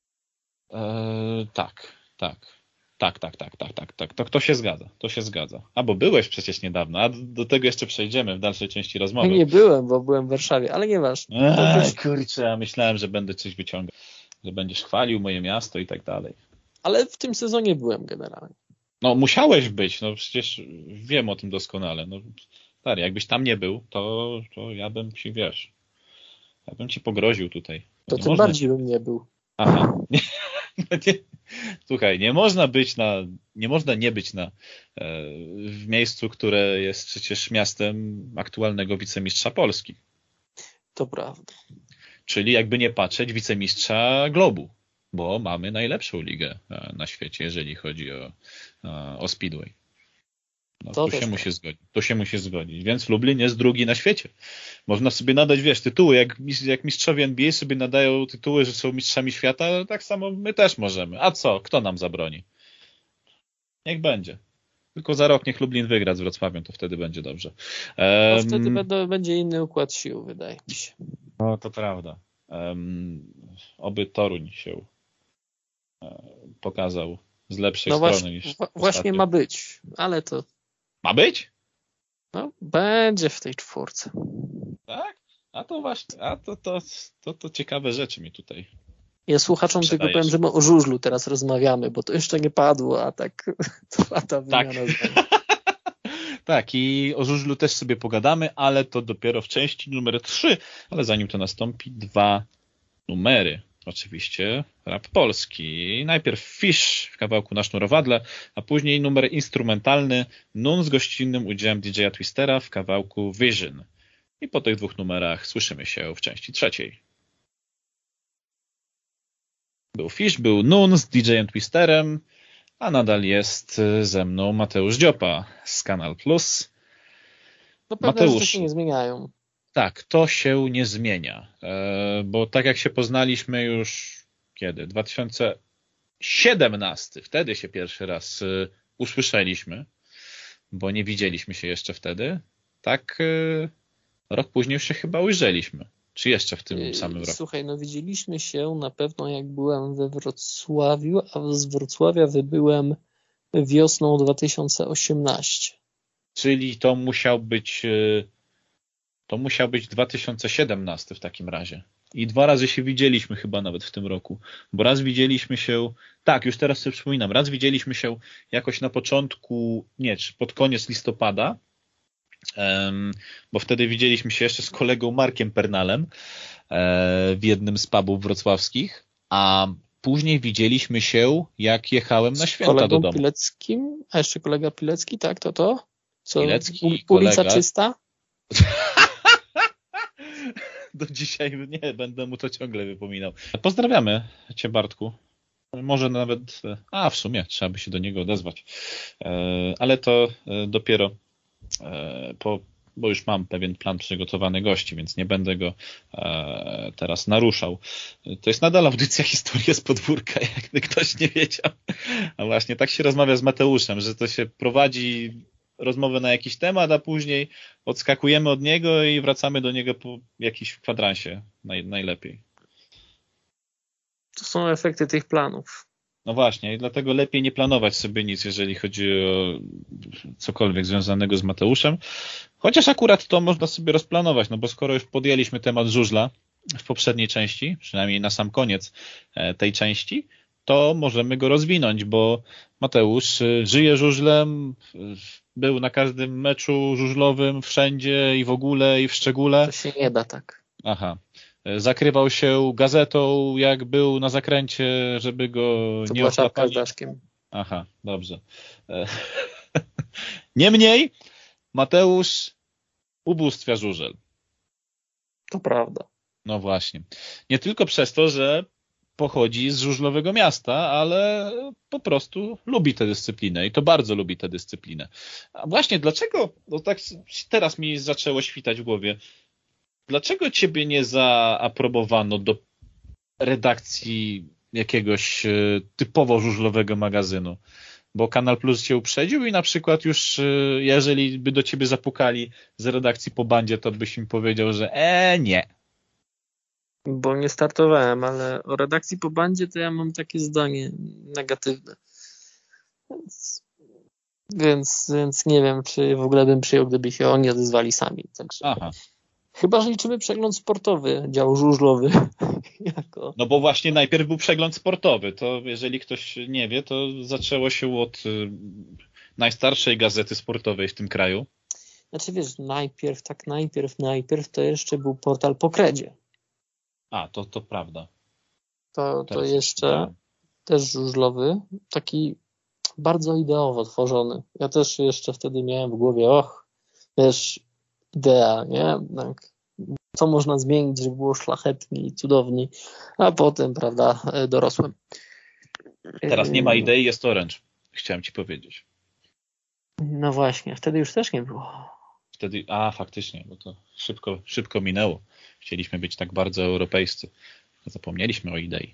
Tak. To się zgadza. Bo byłeś przecież niedawno, a do tego jeszcze przejdziemy w dalszej części rozmowy. Nie byłem, bo byłem w Warszawie, ale nieważne. Kurczę, ja myślałem, że będę coś wyciągał, że będziesz chwalił moje miasto i tak dalej. Ale w tym sezonie byłem generalnie. No musiałeś być, no przecież wiem o tym doskonale. No stary, jakbyś tam nie był, to ja bym ci, wiesz, ja bym ci pogroził tutaj. To tym bardziej bym nie był. Aha. Słuchaj, nie można nie być w miejscu, które jest przecież miastem aktualnego wicemistrza Polski. To prawda. Czyli jakby nie patrzeć, wicemistrza globu, bo mamy najlepszą ligę na świecie, jeżeli chodzi o speedway. No, to się musi zgodzić. Więc Lublin jest drugi na świecie. Można sobie nadać, wiesz, tytuły, jak mistrzowie NBA sobie nadają tytuły, że są mistrzami świata, tak samo my też możemy. A co? Kto nam zabroni? Niech będzie. Tylko za rok niech Lublin wygra z Wrocławiem, to wtedy będzie dobrze. Wtedy będzie inny układ sił, wydaje mi się. No, to prawda. Oby Toruń się pokazał z lepszej strony niż właśnie ma być, ale to... Ma być? No, będzie w tej 4. Tak? A to właśnie, to ciekawe rzeczy mi tutaj. Ja słuchaczom tylko powiem, że my o żużlu teraz rozmawiamy, bo to jeszcze nie padło, a tak trwa ta wymiana zdań. Tak, i o żużlu też sobie pogadamy, ale to dopiero w części numer 3, ale zanim to nastąpi 2 numery. Oczywiście rap polski. Najpierw Fish w kawałku Na sznurowadle, a później numer instrumentalny Nun z gościnnym udziałem DJ-a Twistera w kawałku Vision. I po tych 2 numerach słyszymy się w części 3. Był Fish, był Nun z DJ-em Twisterem, a nadal jest ze mną Mateusz Dziopa z Kanal Plus. No pewne rzeczy się nie zmieniają. Tak, to się nie zmienia, bo tak jak się poznaliśmy już kiedy? 2017, wtedy się pierwszy raz usłyszeliśmy, bo nie widzieliśmy się jeszcze wtedy. Tak, rok później już się chyba ujrzeliśmy. Czy jeszcze w tym samym roku? Słuchaj, no widzieliśmy się na pewno jak byłem we Wrocławiu, a z Wrocławia wybyłem wiosną 2018. Czyli to musiał być 2017 w takim razie. I 2 razy się widzieliśmy chyba nawet w tym roku. Bo raz widzieliśmy się, tak, już teraz sobie przypominam, raz widzieliśmy się jakoś na początku, nie, czy pod koniec listopada, bo wtedy widzieliśmy się jeszcze z kolegą Markiem Pernalem w jednym z pubów wrocławskich, a później widzieliśmy się, jak jechałem na święta do domu. Pileckim, a jeszcze kolega Pilecki, tak, to? Co? Pilecki, ulica kolega. Czysta? Do dzisiaj nie będę mu to ciągle wypominał. Pozdrawiamy Cię, Bartku. Może nawet, w sumie trzeba by się do niego odezwać. Ale to dopiero bo już mam pewien plan przygotowany gości, więc nie będę go teraz naruszał. To jest nadal audycja Historia z podwórka, jakby ktoś nie wiedział. A właśnie tak się rozmawia z Mateuszem, że to się prowadzi rozmowę na jakiś temat, a później odskakujemy od niego i wracamy do niego po jakimś kwadransie najlepiej. To są efekty tych planów. No właśnie, i dlatego lepiej nie planować sobie nic, jeżeli chodzi o cokolwiek związanego z Mateuszem. Chociaż akurat to można sobie rozplanować, no bo skoro już podjęliśmy temat żużla w poprzedniej części, przynajmniej na sam koniec tej części, to możemy go rozwinąć, bo Mateusz żyje żużlem, był na każdym meczu żużlowym, wszędzie i w ogóle i w szczególe. To się nie da tak. Aha. Zakrywał się gazetą, jak był na zakręcie, żeby go to nie była czapka z ochlapali. daszkiem. Aha, dobrze. Niemniej Mateusz ubóstwia żużel. To prawda. No właśnie. Nie tylko przez to, że pochodzi z żużlowego miasta, ale po prostu lubi tę dyscyplinę i to bardzo lubi tę dyscyplinę. A właśnie dlaczego, no tak teraz mi zaczęło świtać w głowie, dlaczego ciebie nie zaaprobowano do redakcji jakiegoś typowo żużlowego magazynu? Bo Kanal Plus cię uprzedził i na przykład już jeżeli by do ciebie zapukali z redakcji po bandzie, to byś im powiedział, że nie. Bo nie startowałem, ale o redakcji po bandzie to ja mam takie zdanie negatywne. Więc nie wiem, czy w ogóle bym przyjął, gdyby się oni odezwali sami. Także. Aha. Chyba, że liczymy przegląd sportowy, dział żużlowy. No bo właśnie najpierw był przegląd sportowy. To jeżeli ktoś nie wie, to zaczęło się od najstarszej gazety sportowej w tym kraju. Znaczy wiesz, najpierw to jeszcze był portal Pokredzie. A, to prawda. To jeszcze też żużlowy, taki bardzo ideowo tworzony. Ja też jeszcze wtedy miałem w głowie, wiesz, idea, nie? Tak. Co można zmienić, żeby było szlachetniej i cudowniej, a potem, prawda, dorosłem. Teraz nie ma idei, jest Orange. Chciałem ci powiedzieć. No właśnie, wtedy już też nie było. Wtedy, faktycznie, bo to szybko minęło. Chcieliśmy być tak bardzo europejscy. Zapomnieliśmy o idei.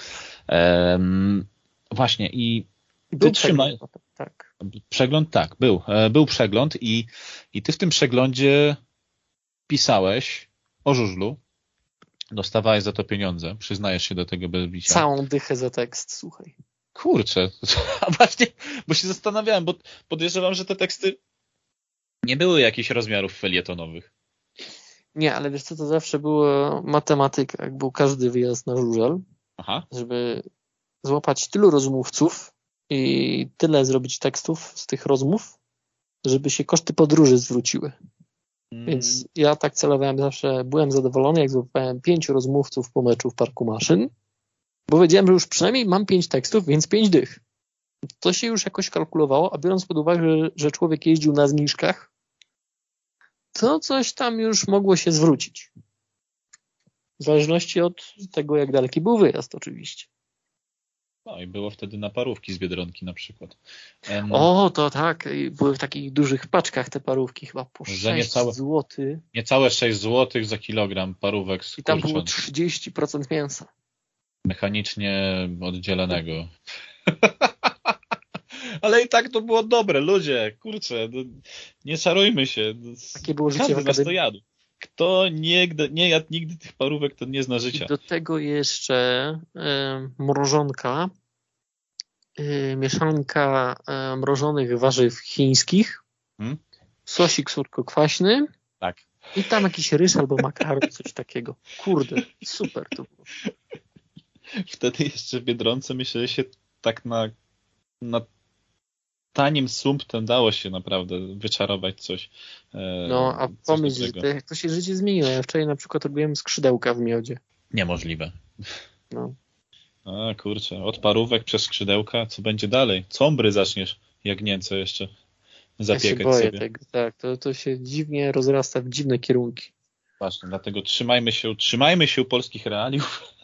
Właśnie i był przegląd, tak. Przegląd, tak, był przegląd i ty w tym przeglądzie pisałeś o żużlu, dostawałeś za to pieniądze, przyznajesz się do tego bez bicia. Całą dychę za tekst, słuchaj. Kurczę, a właśnie, bo się zastanawiałem, bo podejrzewam, że te teksty nie były jakichś rozmiarów felietonowych. Nie, ale wiesz co, to zawsze była matematyka, jak był każdy wyjazd na żużel, żeby złapać tylu rozmówców i tyle zrobić tekstów z tych rozmów, żeby się koszty podróży zwróciły. Więc ja tak celowałem zawsze, byłem zadowolony, jak złapałem 5 rozmówców po meczu w Parku Maszyn, bo wiedziałem, że już przynajmniej mam 5 tekstów, więc 5 dych. To się już jakoś kalkulowało, a biorąc pod uwagę, że człowiek jeździł na zniżkach, to coś tam już mogło się zwrócić. W zależności od tego, jak daleki był wyjazd oczywiście. No i było wtedy na parówki z Biedronki na przykład. O, to tak. Były w takich dużych paczkach te parówki, chyba po Że 6 zł. Niecałe 6 zł za kilogram parówek z I tam było kurczą 30% mięsa. mechanicznie oddzielanego. Ale i tak to było dobre, ludzie, kurczę, no, nie czarujmy się. No, Takie było życie każdy w nas to akademii. jadł. Kto nie jadł nigdy tych parówek, to nie zna życia. I do tego jeszcze mrożonka, mieszanka mrożonych warzyw chińskich, sosik słodko-kwaśny Tak. i tam jakiś ryż albo makaron, coś takiego. Kurde, super to było. Wtedy jeszcze w Biedronce myślę, że się tak na tanim sumptem dało się naprawdę wyczarować coś. No, a pomyśl, że jak to się życie zmieniło. Ja wczoraj na przykład robiłem skrzydełka w miodzie. Niemożliwe. No. A kurczę, od parówek przez skrzydełka, co będzie dalej? Combry zaczniesz, jak Niemcy jeszcze zapiekać ja się boję sobie. tego, tak. To się dziwnie rozrasta w dziwne kierunki. Właśnie, dlatego trzymajmy się polskich realiów.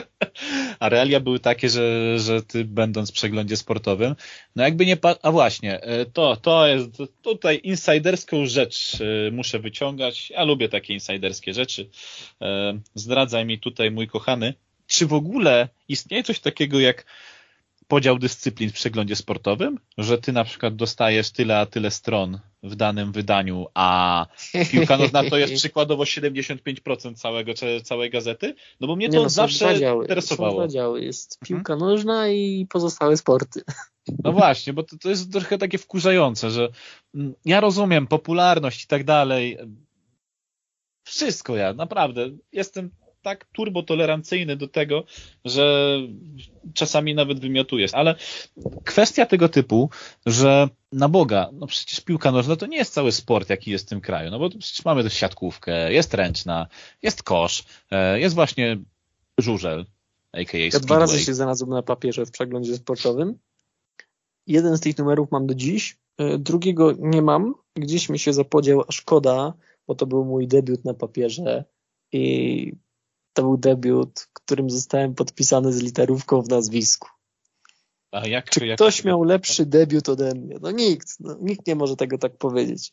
A realia były takie, że ty będąc w przeglądzie sportowym, no jakby nie... A właśnie, to jest tutaj insiderską rzecz muszę wyciągać. Ja lubię takie insiderskie rzeczy. Zdradzaj mi tutaj, mój kochany, czy w ogóle istnieje coś takiego jak podział dyscyplin w przeglądzie sportowym? Że ty na przykład dostajesz tyle a tyle stron w danym wydaniu, a piłka nożna to jest przykładowo 75% całej gazety? No bo mnie to zawsze interesowało. Są dwa działy. Jest piłka nożna i pozostałe sporty. No właśnie, bo to jest trochę takie wkurzające, że ja rozumiem popularność i tak dalej. Wszystko ja, naprawdę. Jestem tak turbotolerancyjny do tego, że czasami nawet wymiotuję. Ale kwestia tego typu, że na Boga, no przecież piłka nożna to nie jest cały sport, jaki jest w tym kraju. No bo przecież mamy też siatkówkę, jest ręczna, jest kosz, jest właśnie żużel, a.k.a. Ja 2 razy się znalazłem na papierze w przeglądzie sportowym. Jeden z tych numerów mam do dziś, drugiego nie mam. Gdzieś mi się zapodział, a szkoda, bo to był mój debiut na papierze i to był debiut, którym zostałem podpisany z literówką w nazwisku. A Czy ktoś miał lepszy debiut ode mnie? No nikt nie może tego tak powiedzieć.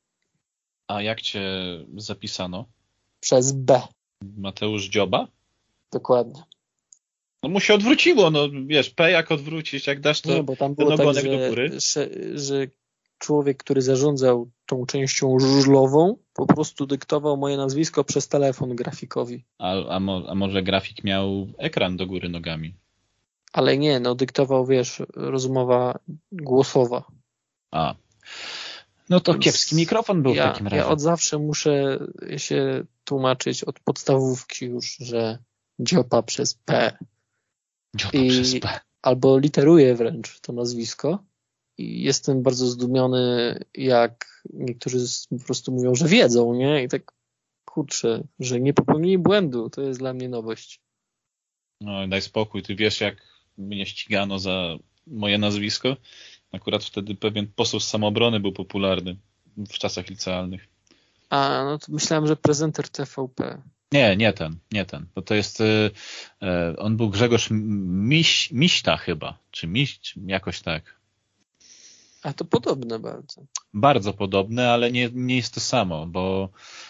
A jak cię zapisano? Przez B. Mateusz Dzioba? Dokładnie. No mu się odwróciło, no wiesz, P jak odwrócić, jak dasz to nie, bo tam było tak, do góry. Że człowiek, który zarządzał tą częścią żużlową, po prostu dyktował moje nazwisko przez telefon grafikowi. A może grafik miał ekran do góry nogami? Ale nie, dyktował, wiesz, rozmowa głosowa. A. No to więc kiepski mikrofon był w takim razie. Ja od zawsze muszę się tłumaczyć od podstawówki już, że Dziopa przez P. Przez P. Albo literuję wręcz to nazwisko. I jestem bardzo zdumiony, jak niektórzy po prostu mówią, że wiedzą, nie? I tak, kurczę, że nie popełnili błędu. To jest dla mnie nowość. No daj spokój. Ty wiesz, jak mnie ścigano za moje nazwisko? Akurat wtedy pewien poseł z Samoobrony był popularny w czasach licealnych. A, no to myślałem, że prezenter TVP. Nie ten. Bo to jest, on był Grzegorz Miśta chyba, czy Miść, jakoś tak. A to podobne bardzo. Bardzo podobne, ale nie jest to samo, bo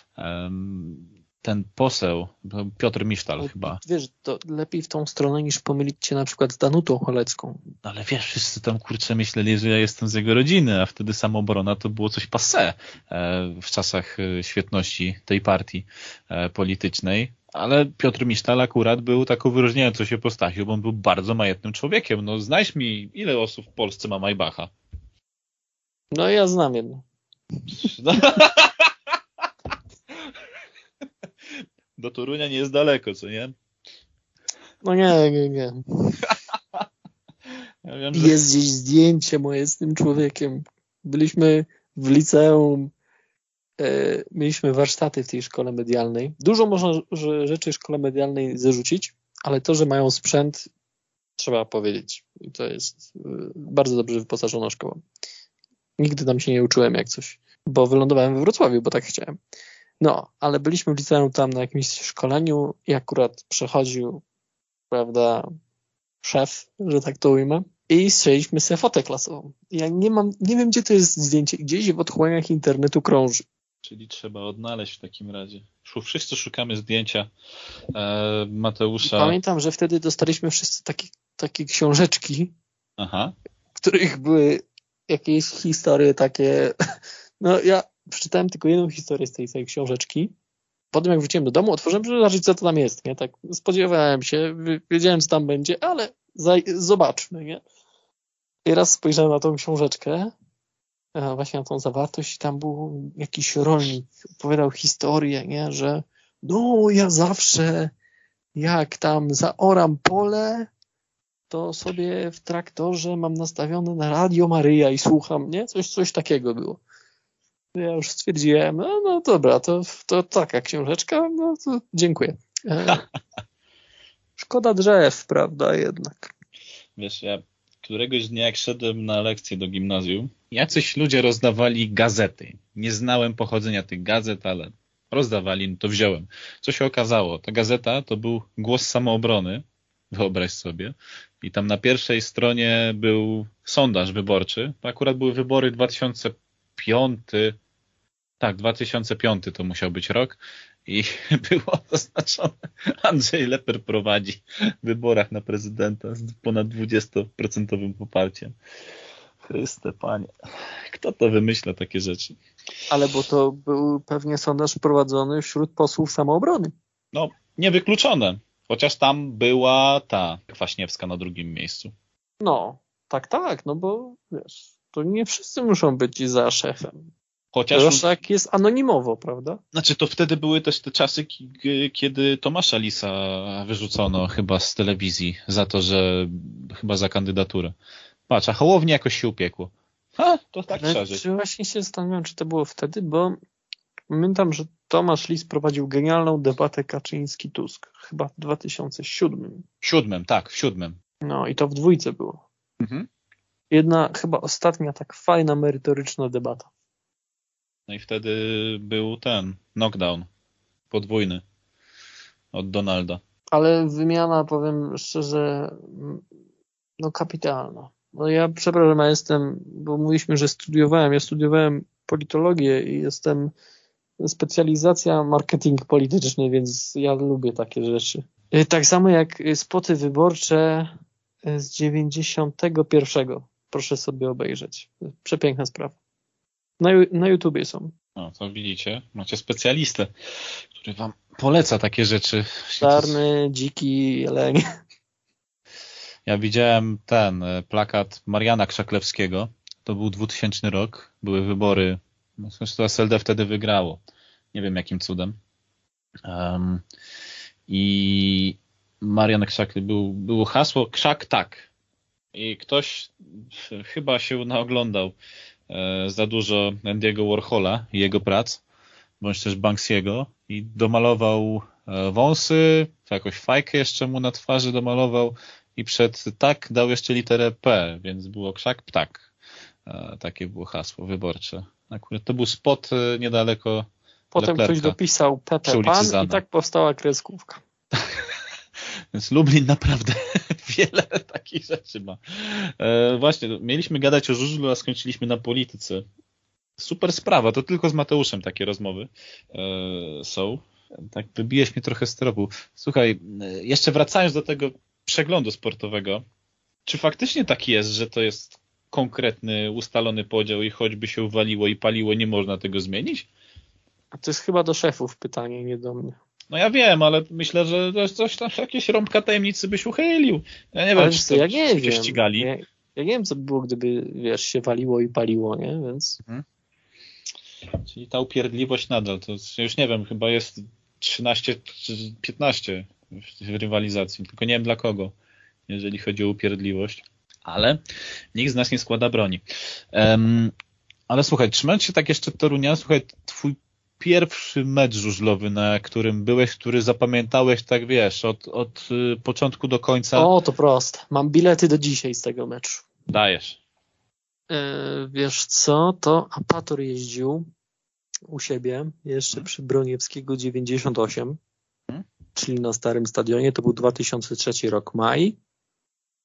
ten poseł, Piotr Misztal chyba. Wiesz, to lepiej w tą stronę niż pomylić cię na przykład z Danutą Cholecką. Ale wiesz, wszyscy tam kurczę myśleli, że ja jestem z jego rodziny, a wtedy Samoobrona to było coś passé w czasach świetności tej partii politycznej. Ale Piotr Misztal akurat był taką wyróżniającą się postacią, bo on był bardzo majętnym człowiekiem. No znajdź mi, ile osób w Polsce ma Maybacha? No ja znam jedno. Do Torunia nie jest daleko, co nie? No nie. Ja wiem, że... Jest gdzieś zdjęcie moje z tym człowiekiem. Byliśmy w liceum, mieliśmy warsztaty w tej szkole medialnej. Dużo można rzeczy w szkole medialnej zarzucić, ale to, że mają sprzęt, trzeba powiedzieć. I to jest bardzo dobrze wyposażona szkoła. Nigdy tam się nie uczyłem jak coś, bo wylądowałem we Wrocławiu, bo tak chciałem. No, ale byliśmy w liceum tam na jakimś szkoleniu i akurat przechodził, prawda, szef, że tak to ujmę, i strzeliśmy sobie fotę klasową. Ja nie wiem, gdzie to jest zdjęcie, gdzieś w otchłaniach internetu krąży. Czyli trzeba odnaleźć w takim razie. Wszyscy szukamy zdjęcia Mateusza. Pamiętam, że wtedy dostaliśmy wszyscy takie książeczki, Aha. w których były jakieś historie takie. No ja przeczytałem tylko jedną historię z tej całej książeczki. Potem jak wróciłem do domu, otworzyłem, żeby zobaczyć, co to tam jest. Nie? Tak spodziewałem się, wiedziałem, co tam będzie, ale zobaczmy. Nie? I raz spojrzałem na tą książeczkę, właśnie na tą zawartość, i tam był jakiś rolnik, opowiadał historię, nie? Że no ja zawsze jak tam zaoram pole, to sobie w traktorze mam nastawione na Radio Maryja i słucham, nie? Coś takiego było. Ja już stwierdziłem, no dobra, to taka książeczka, no to dziękuję. Szkoda drzew, prawda, jednak. Wiesz, ja któregoś dnia, jak szedłem na lekcję do gimnazjum, jacyś ludzie rozdawali gazety. Nie znałem pochodzenia tych gazet, ale rozdawali, no to wziąłem. Co się okazało? Ta gazeta to był Głos Samoobrony, wyobraź sobie. I tam na pierwszej stronie był sondaż wyborczy. To akurat były wybory 2005. Tak, 2005 to musiał być rok. I było zaznaczone, Andrzej Leper prowadzi w wyborach na prezydenta z ponad 20% poparciem. Chryste Panie, kto to wymyśla takie rzeczy? Ale bo to był pewnie sondaż prowadzony wśród posłów Samoobrony. No, niewykluczone. Chociaż tam była ta Kwaśniewska na drugim miejscu. No, tak, no bo wiesz, to nie wszyscy muszą być za szefem. Chociaż tak jest anonimowo, prawda? Znaczy to wtedy były też te czasy, kiedy Tomasza Lisa wyrzucono chyba z telewizji za to, że chyba za kandydaturę. Patrz, a Hołowni jakoś się upiekło. To tak trzeba żyć. Czy właśnie się zastanawiam, czy to było wtedy, bo pamiętam, że Tomasz Lis prowadził genialną debatę Kaczyński-Tusk, chyba w 2007. W 7. No i to w 2 było. Mhm. Jedna, chyba ostatnia tak fajna, merytoryczna debata. No i wtedy był ten knockdown podwójny od Donalda. Ale wymiana, powiem szczerze, no kapitalna. No ja przepraszam, bo mówiliśmy, że ja studiowałem politologię i jestem specjalizacja marketing polityczny, więc ja lubię takie rzeczy. Tak samo jak spoty wyborcze z 91. Proszę sobie obejrzeć. Przepiękna sprawa. Na YouTubie są. No, to widzicie, macie specjalistę, który wam poleca takie rzeczy. Czarny, dziki, jeleń. Ja widziałem ten plakat Mariana Krzaklewskiego. To był 2000 rok. Były wybory. Zresztą SLD wtedy wygrało. Nie wiem jakim cudem. I Marian Krzak było hasło Krzak tak. I ktoś chyba się naoglądał za dużo Andy'ego Warhola i jego prac, bądź też Banksiego, i domalował wąsy, jakąś fajkę jeszcze mu na twarzy domalował i przed tak dał jeszcze literę P, więc było Krzak ptak. Takie było hasło wyborcze. Akurat to był spot niedaleko Potem Leclerca, ktoś dopisał Pepe Pan Zana. I tak powstała kreskówka. Więc Lublin naprawdę wiele takich rzeczy ma. Właśnie, mieliśmy gadać o żużlu, a skończyliśmy na polityce. Super sprawa, to tylko z Mateuszem takie rozmowy są. Tak, wybijesz mnie trochę z tropu. Słuchaj, jeszcze wracając do tego przeglądu sportowego, czy faktycznie tak jest, że to jest konkretny, ustalony podział i choćby się waliło i paliło, nie można tego zmienić? A to jest chyba do szefów pytanie, nie do mnie. No ja wiem, ale myślę, że coś tam, jakieś rąbka tajemnicy byś uchylił. Ja nie wiem, czy to ja nie wiem. ścigali. Ja nie wiem, co by było, gdyby, wiesz, się waliło i paliło, nie? Więc... Czyli ta upierdliwość nadal, to już nie wiem, chyba jest 13 czy 15 w rywalizacji, tylko nie wiem dla kogo, jeżeli chodzi o upierdliwość. Ale nikt z nas nie składa broni. Ale słuchaj, trzymając się tak jeszcze Torunia, słuchaj, twój pierwszy mecz żużlowy, na którym byłeś, który zapamiętałeś, tak wiesz, od początku do końca. O, to proste. Mam bilety do dzisiaj z tego meczu. Dajesz. Wiesz co, to Apator jeździł u siebie jeszcze przy Broniewskiego 98, czyli na starym stadionie. To był 2003 rok, maj.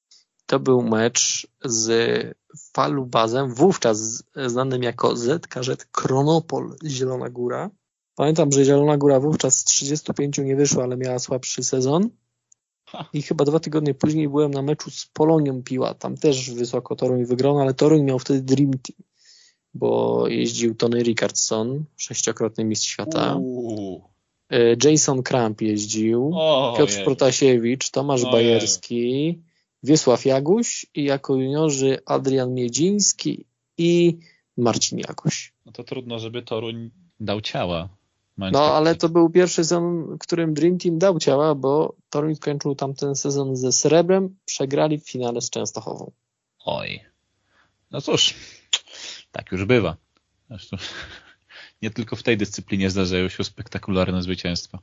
to był mecz z Falubazem, wówczas znanym jako ZKZ Kronopol Zielona Góra. Pamiętam, że Zielona Góra wówczas z 35 nie wyszła, ale miała słabszy sezon. I chyba 2 tygodnie później byłem na meczu z Polonią Piła. Tam też wysoko Toruń wygrał, ale Toruń miał wtedy Dream Team, bo jeździł Tony Rickardson, 6-krotny mistrz świata. Jason Kramp jeździł, Piotr Protasiewicz, Tomasz Bajerski, Wiesław Jaguś i jako juniorzy Adrian Miedziński i Marcin Jaguś. No to trudno, żeby Toruń dał ciała. No, ale to był pierwszy sezon, którym Dream Team dał ciała, bo Toruń skończył tamten sezon ze srebrem, przegrali w finale z Częstochową. Oj. No cóż, tak już bywa. Zresztą nie tylko w tej dyscyplinie zdarzają się spektakularne zwycięstwa.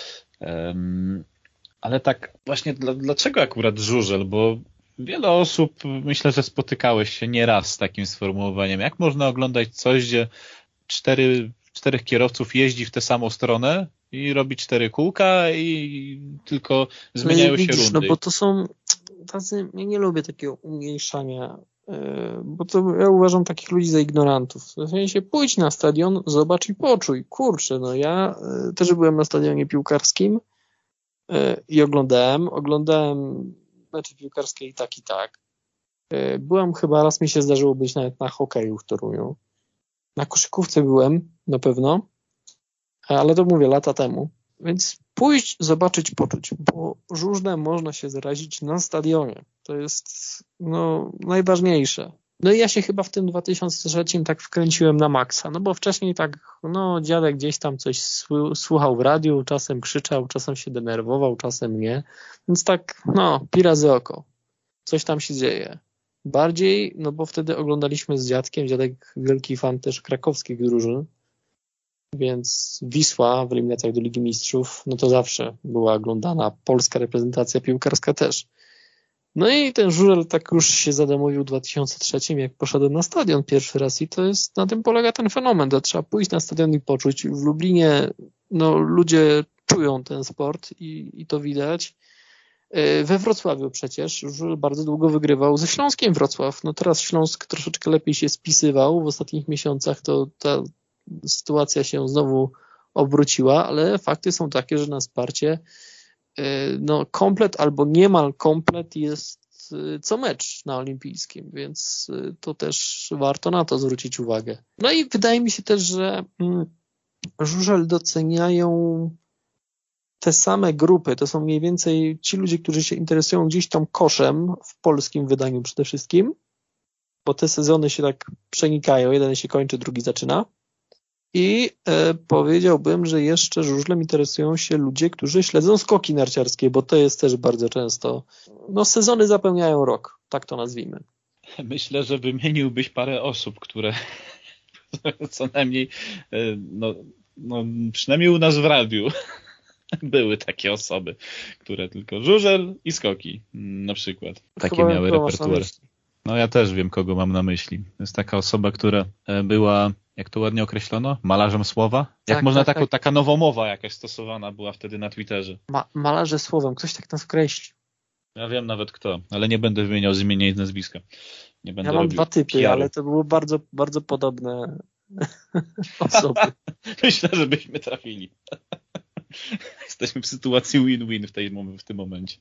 Ale tak właśnie dlaczego akurat żużel? Bo wiele osób, myślę, że spotykałeś się nieraz z takim sformułowaniem. Jak można oglądać coś, gdzie czterech kierowców jeździ w tę samą stronę i robi 4 kółka i tylko zmieniają się rundy. No bo to są tacy, ja nie lubię takiego umniejszania, bo to ja uważam takich ludzi za ignorantów. W sensie pójdź na stadion, zobacz i poczuj. Kurczę, no ja też byłem na stadionie piłkarskim i oglądałem mecze piłkarskie i tak. Byłem chyba, raz mi się zdarzyło być nawet na hokeju w Toruniu. Na koszykówce byłem, na pewno, ale to mówię lata temu. Więc pójść, zobaczyć, poczuć, bo żużlem można się zarazić na stadionie. To jest najważniejsze. No i ja się chyba w tym 2003 tak wkręciłem na maksa, no bo wcześniej tak, dziadek gdzieś tam coś słuchał w radiu, czasem krzyczał, czasem się denerwował, czasem nie. Więc tak, pi razy oko. Coś tam się dzieje. Bardziej, bo wtedy oglądaliśmy z dziadkiem, dziadek wielki fan też krakowskich drużyn, więc Wisła w eliminacjach do Ligi Mistrzów, to zawsze była oglądana, polska reprezentacja piłkarska też. No i ten żużel tak już się zadomowił w 2003, jak poszedłem na stadion pierwszy raz i to jest, na tym polega ten fenomen, to trzeba pójść na stadion i poczuć. W Lublinie ludzie czują ten sport i to widać. We Wrocławiu przecież żużel bardzo długo wygrywał ze Śląskiem Wrocław. Teraz Śląsk troszeczkę lepiej się spisywał. W ostatnich miesiącach to ta sytuacja się znowu obróciła, ale fakty są takie, że na Sparcie komplet albo niemal komplet jest co mecz na olimpijskim, więc to też warto na to zwrócić uwagę. No i wydaje mi się też, że żużel doceniają te same grupy, to są mniej więcej ci ludzie, którzy się interesują gdzieś tam koszem, w polskim wydaniu przede wszystkim, bo te sezony się tak przenikają, jeden się kończy, drugi zaczyna. I powiedziałbym, że jeszcze żużlem interesują się ludzie, którzy śledzą skoki narciarskie, bo to jest też bardzo często, sezony zapełniają rok, tak to nazwijmy. Myślę, że wymieniłbyś parę osób, które co najmniej, przynajmniej u nas w radiu były takie osoby, które tylko żużel i skoki na przykład. Takie miały repertuar. Ja też wiem, kogo mam na myśli. To jest taka osoba, która była, jak to ładnie określono, malarzem słowa. Jak można taka nowomowa jakaś stosowana była wtedy na Twitterze. Malarze słowem, ktoś tak nas określi. Ja wiem nawet kto, ale nie będę wymieniał z imienia i z nazwiska. Nie będę mam 2 typy, PR-u. Ale to były bardzo, bardzo podobne osoby. Myślę, że byśmy trafili. Jesteśmy w sytuacji win-win w tym momencie.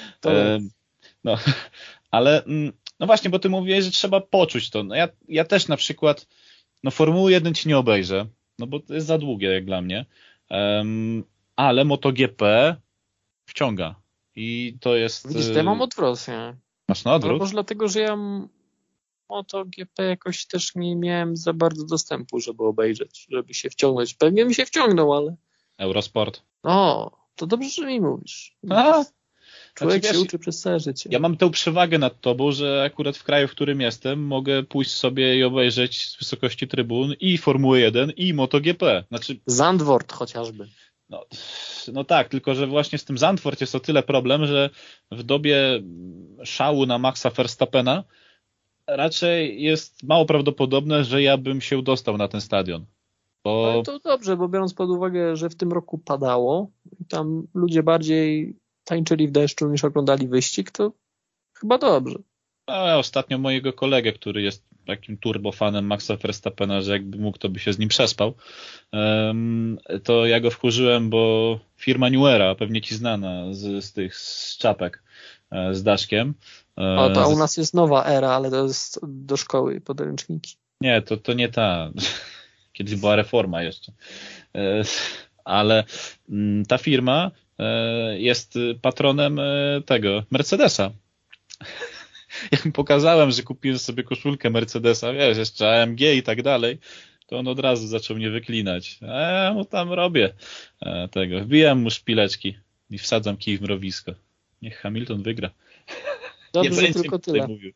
Ale właśnie, bo ty mówiłeś, że trzeba poczuć to. Ja też na przykład Formuły 1 ci nie obejrzę, bo to jest za długie jak dla mnie, ale MotoGP wciąga i to jest... Widzisz, ja mam odwrotnie. Masz na odwrót? Może dlatego, że ja MotoGP jakoś też nie miałem za bardzo dostępu, żeby obejrzeć, żeby się wciągnąć. Pewnie mi się wciągnął, ale... Eurosport. To dobrze, że mi mówisz. Człowiek się uczy przez całe życie. Ja mam tę przewagę nad tobą, że akurat w kraju, w którym jestem, mogę pójść sobie i obejrzeć z wysokości trybun i Formułę 1 i MotoGP. Zandvoort chociażby. Tak, tylko że właśnie z tym Zandvoort jest o tyle problem, że w dobie szału na Maxa Verstappena raczej jest mało prawdopodobne, że ja bym się dostał na ten stadion. Ale to dobrze, bo biorąc pod uwagę, że w tym roku padało i tam ludzie bardziej tańczyli w deszczu niż oglądali wyścig, to Chyba dobrze. A ostatnio mojego kolegę, który jest takim turbofanem Maxa Verstappena, że jakby mógł, to by się z nim przespał, to ja go wkurzyłem, bo firma New Era, pewnie ci znana z czapek, z daszkiem. To u nas jest nowa era, ale to jest do szkoły podręczniki. Nie, to nie ta. Kiedyś była reforma jeszcze. Ale ta firma jest patronem tego Mercedesa. Jak mu pokazałem, że kupiłem sobie koszulkę Mercedesa, wiesz, jeszcze AMG i tak dalej, to on od razu zaczął mnie wyklinać. A ja mu tam robię tego. Wbijam mu szpileczki i wsadzam kij w mrowisko. Niech Hamilton wygra. Dobrze, że tylko tyle. Mówił.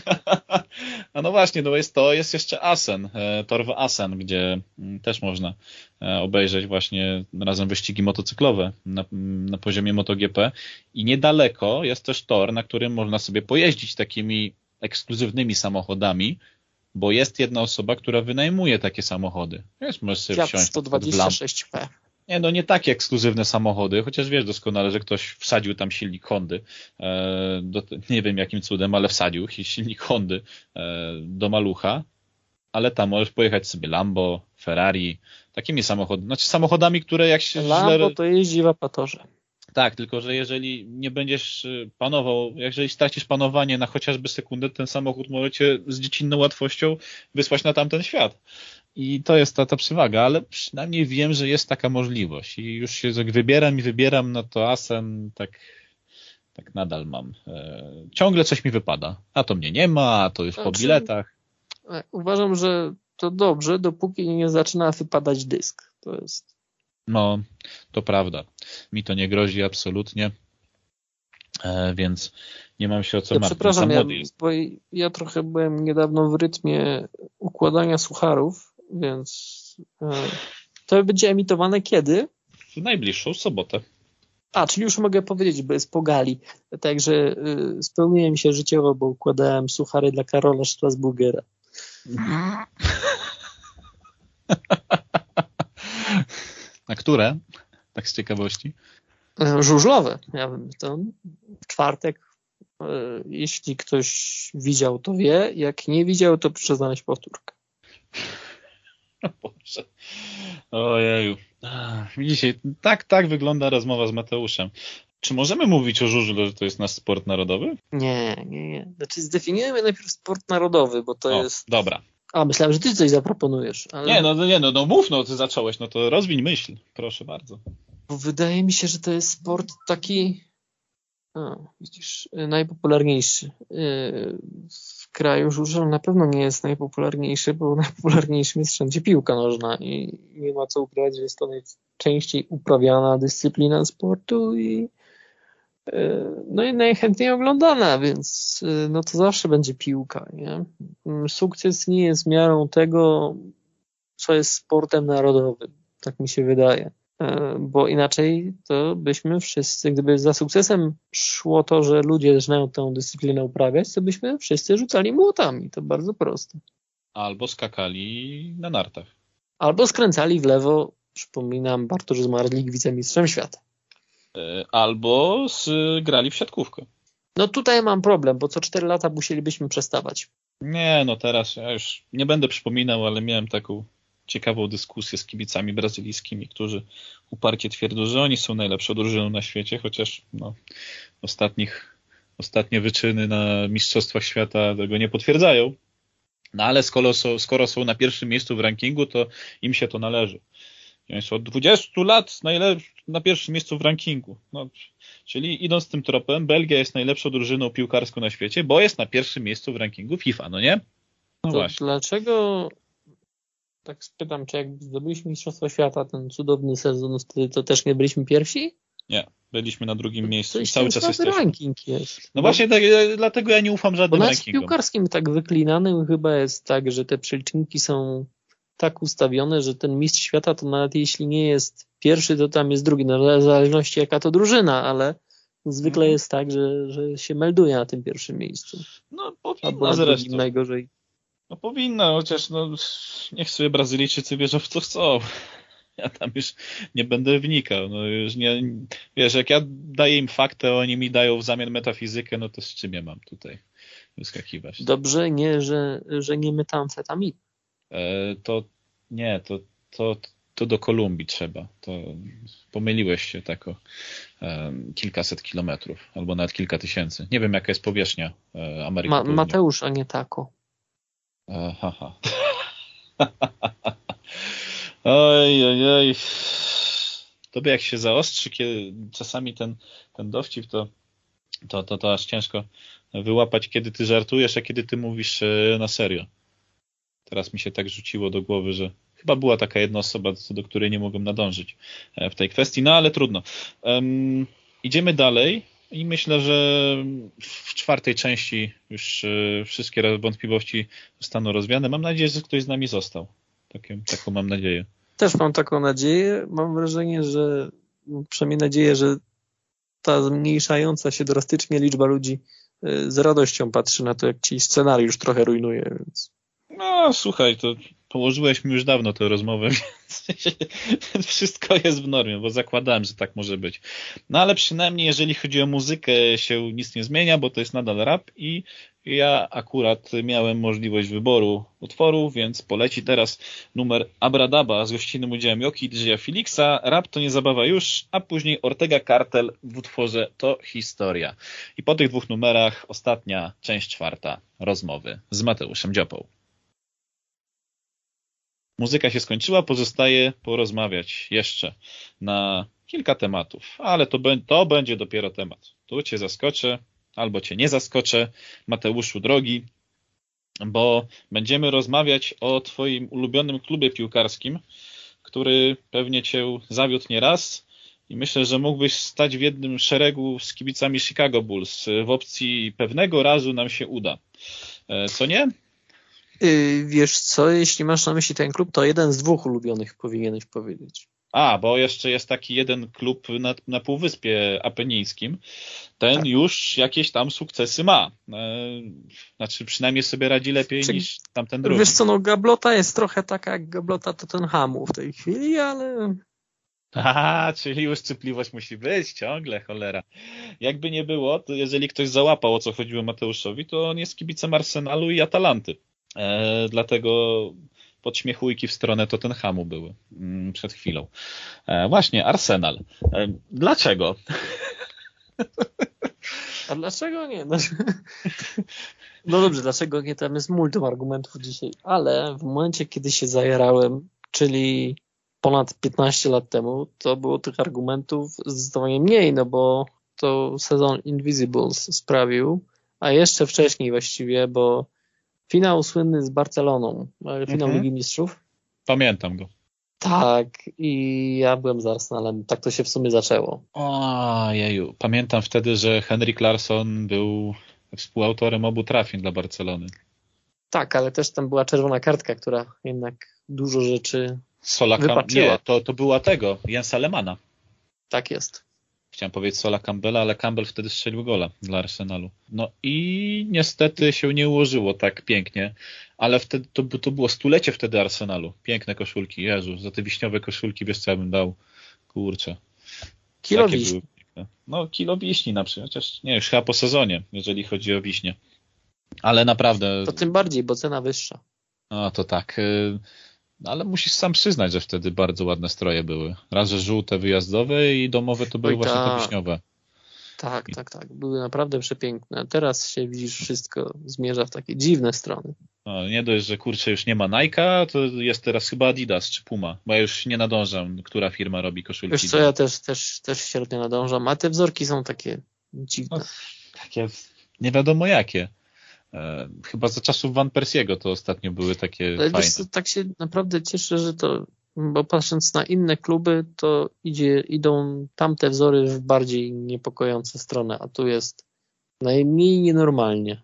A no właśnie, jest jeszcze Assen, tor w Assen, gdzie też można obejrzeć właśnie razem wyścigi motocyklowe na poziomie MotoGP i niedaleko jest też tor, na którym można sobie pojeździć takimi ekskluzywnymi samochodami, bo jest jedna osoba, która wynajmuje takie samochody. Wiesz, możesz sobie wsiąść 126P. Nie takie ekskluzywne samochody, chociaż wiesz doskonale, że ktoś wsadził tam silnik Hondy, nie wiem jakim cudem, ale wsadził silnik Hondy do malucha, ale tam możesz pojechać sobie Lambo, Ferrari, takimi samochodami, znaczy samochodami, które jak się Lambo to jeździ w Apatorze. Tak, tylko że jeżeli nie będziesz panował, jeżeli stracisz panowanie na chociażby sekundę, ten samochód może cię z dziecinną łatwością wysłać na tamten świat. I to jest ta przewaga, ale przynajmniej wiem, że jest taka możliwość. I już się wybieram, no to Assen tak nadal mam. Ciągle coś mi wypada. A to mnie nie ma, a to już po biletach. Uważam, że to dobrze, dopóki nie zaczyna wypadać dysk. To jest... No, to prawda. Mi to nie grozi absolutnie, więc nie mam się o co martwić. Przepraszam, bo ja trochę byłem niedawno w rytmie układania sucharów, więc to będzie emitowane kiedy? W najbliższą sobotę. Czyli już mogę powiedzieć, bo jest po gali. Także spełniłem się życiowo, bo układałem suchary dla Karola Strasburgera. A które? Tak z ciekawości. Żużlowe. Ja wiem, to w czwartek. Jeśli ktoś widział, to wie. Jak nie widział, to proszę znaleźć powtórkę. Boże. Ojeju. Widzicie, tak wygląda rozmowa z Mateuszem. Czy możemy mówić o żużlu, że to jest nasz sport narodowy? Nie. Znaczy zdefiniujemy najpierw sport narodowy, bo to jest... Dobra. Myślałem, że ty coś zaproponujesz. Ale... Mów, ty zacząłeś, to rozwiń myśl. Proszę bardzo. Bo wydaje mi się, że to jest sport taki... widzisz, najpopularniejszy. W kraju żużel na pewno nie jest najpopularniejszy, bo najpopularniejszym jest wszędzie piłka nożna i nie ma co ukrywać, że jest to najczęściej uprawiana dyscyplina sportu i najchętniej oglądana, więc to zawsze będzie piłka, nie? Sukces nie jest miarą tego, co jest sportem narodowym, tak mi się wydaje. Bo inaczej to byśmy wszyscy, gdyby za sukcesem szło to, że ludzie zaczynają tę dyscyplinę uprawiać, to byśmy wszyscy rzucali młotami. To bardzo proste. Albo skakali na nartach. Albo skręcali w lewo, przypominam, Bartosz Zmarzlik, wicemistrzem świata. Albo grali w siatkówkę. Tutaj mam problem, bo co 4 lata musielibyśmy przestawać. Nie, teraz ja już nie będę przypominał, ale miałem taką ciekawą dyskusję z kibicami brazylijskimi, którzy uparcie twierdzą, że oni są najlepszą drużyną na świecie, chociaż ostatnie wyczyny na mistrzostwach świata tego nie potwierdzają. Ale skoro są na pierwszym miejscu w rankingu, to im się to należy. Oni są od 20 lat na pierwszym miejscu w rankingu. Czyli idąc tym tropem, Belgia jest najlepszą drużyną piłkarską na świecie, bo jest na pierwszym miejscu w rankingu FIFA, nie? Właśnie. Dlaczego... Tak spytam, czy jak zdobyliśmy Mistrzostwo Świata, ten cudowny sezon, to też nie byliśmy pierwsi? Nie, byliśmy na drugim miejscu i cały czas jesteśmy. Ranking jest. Właśnie dlatego ja nie ufam żadnym rankingom. Bo w piłkarskim tak wyklinanym chyba jest tak, że te przeliczniki są tak ustawione, że ten mistrz świata to nawet jeśli nie jest pierwszy, to tam jest drugi, w zależności jaka to drużyna, ale zwykle jest tak, że się melduje na tym pierwszym miejscu. Powinno zresztą. Najgorzej. Powinno, chociaż niech sobie Brazylijczycy wierzą w co chcą. Ja tam już nie będę wnikał. No już nie, wiesz, jak ja daję im fakty, a oni mi dają w zamian metafizykę, no to z czym ja mam tutaj wyskakiwać? Dobrze, nie, że nie metamfetamin. To do Kolumbii trzeba. To pomyliłeś się tak o kilkaset kilometrów, albo nawet kilka tysięcy. Nie wiem, jaka jest powierzchnia Ameryki Południowej. Mateusz, a nie Tako. Haha. Oj. Tobie jak się zaostrzy, kiedy czasami ten dowcip, to aż ciężko wyłapać, kiedy ty żartujesz, a kiedy ty mówisz na serio. Teraz mi się tak rzuciło do głowy, że chyba była taka jedna osoba, do której nie mogłem nadążyć w tej kwestii, no ale trudno. Idziemy dalej i myślę, że w czwartej części już wszystkie wątpliwości zostaną rozwiane. Mam nadzieję, że ktoś z nami został. Taką mam nadzieję. Też mam taką nadzieję. Mam wrażenie, przynajmniej nadzieję, że ta zmniejszająca się drastycznie liczba ludzi z radością patrzy na to, jak ci scenariusz trochę rujnuje. Więc... No słuchaj, to położyłeś mi już dawno tę rozmowę, więc wszystko jest w normie, bo zakładałem, że tak może być. No ale przynajmniej jeżeli chodzi o muzykę, się nic nie zmienia, bo to jest nadal rap i ja akurat miałem możliwość wyboru utworu, więc poleci teraz numer Abradaba z gościnnym udziałem Yoki DJ Felixa. Rap to nie zabawa już, a później Ortega Cartel w utworze To historia. I po tych dwóch numerach ostatnia, część czwarta rozmowy z Mateuszem Dziopą. Muzyka się skończyła, pozostaje porozmawiać jeszcze na kilka tematów, ale to będzie dopiero temat. Tu cię zaskoczę, albo cię nie zaskoczę, Mateuszu drogi, bo będziemy rozmawiać o twoim ulubionym klubie piłkarskim, który pewnie cię zawiódł nieraz i myślę, że mógłbyś stać w jednym szeregu z kibicami Chicago Bulls. W opcji pewnego razu nam się uda. Co nie? Wiesz co, jeśli masz na myśli ten klub, to jeden z dwóch ulubionych powinieneś powiedzieć. Bo jeszcze jest taki jeden klub na Półwyspie Apenińskim. Ten tak. Już jakieś tam sukcesy ma. Znaczy przynajmniej sobie radzi lepiej niż tamten drugi. Wiesz co, gablota jest trochę taka jak gablota Tottenhamu w tej chwili, ale... Czyli uszczypliwość musi być ciągle, cholera. Jakby nie było, to jeżeli ktoś załapał, o co chodziło Mateuszowi, to on jest kibicem Arsenalu i Atalanty. Dlatego podśmiechujki w stronę Tottenhamu były przed chwilą. Właśnie, Arsenal. Dlaczego? A dlaczego nie? No dobrze, dlaczego nie? Tam jest multum argumentów dzisiaj, ale w momencie, kiedy się zajarałem, czyli ponad 15 lat temu, to było tych argumentów zdecydowanie mniej, no bo to sezon Invisibles sprawił, a jeszcze wcześniej właściwie, bo finał słynny z Barceloną, finał Ligi Mistrzów. Pamiętam go. Tak, i ja byłem z Arsenalem. Tak to się w sumie zaczęło. Ojeju, pamiętam wtedy, że Henrik Larsson był współautorem obu trafień dla Barcelony. Tak, ale też tam była czerwona kartka, która jednak dużo rzeczy wypaczyła. Nie, to była tego, Jensa Lemana. Tak jest. Chciałem powiedzieć Sola Campbella, ale Campbell wtedy strzelił gola dla Arsenalu. No i niestety się nie ułożyło tak pięknie, ale wtedy to było stulecie wtedy Arsenalu. Piękne koszulki, Jezu, za te wiśniowe koszulki, wiesz co ja bym dał? Kurczę. Kilo wiśni. No kilo wiśni na przykład, chociaż nie, już chyba po sezonie, jeżeli chodzi o wiśnie. Ale naprawdę... To tym bardziej, bo cena wyższa. No to tak... Ale musisz sam przyznać, że wtedy bardzo ładne stroje były. Raz, że żółte wyjazdowe i domowe to były właśnie te wiśniowe. Tak. Były naprawdę przepiękne. Teraz się widzisz, wszystko zmierza w takie dziwne strony. No, nie dość, że kurczę już nie ma Nike'a, to jest teraz chyba Adidas czy Puma, bo ja już nie nadążam, która firma robi koszulki. Wiesz co, ja też średnio nadążam, a te wzorki są takie dziwne. No, takie nie wiadomo jakie. Chyba za czasów Van Persiego to ostatnio były takie ale fajne. Wiesz co, tak się naprawdę cieszę, że to, bo patrząc na inne kluby, to idą tamte wzory w bardziej niepokojące stronę, a tu jest najmniej nienormalnie.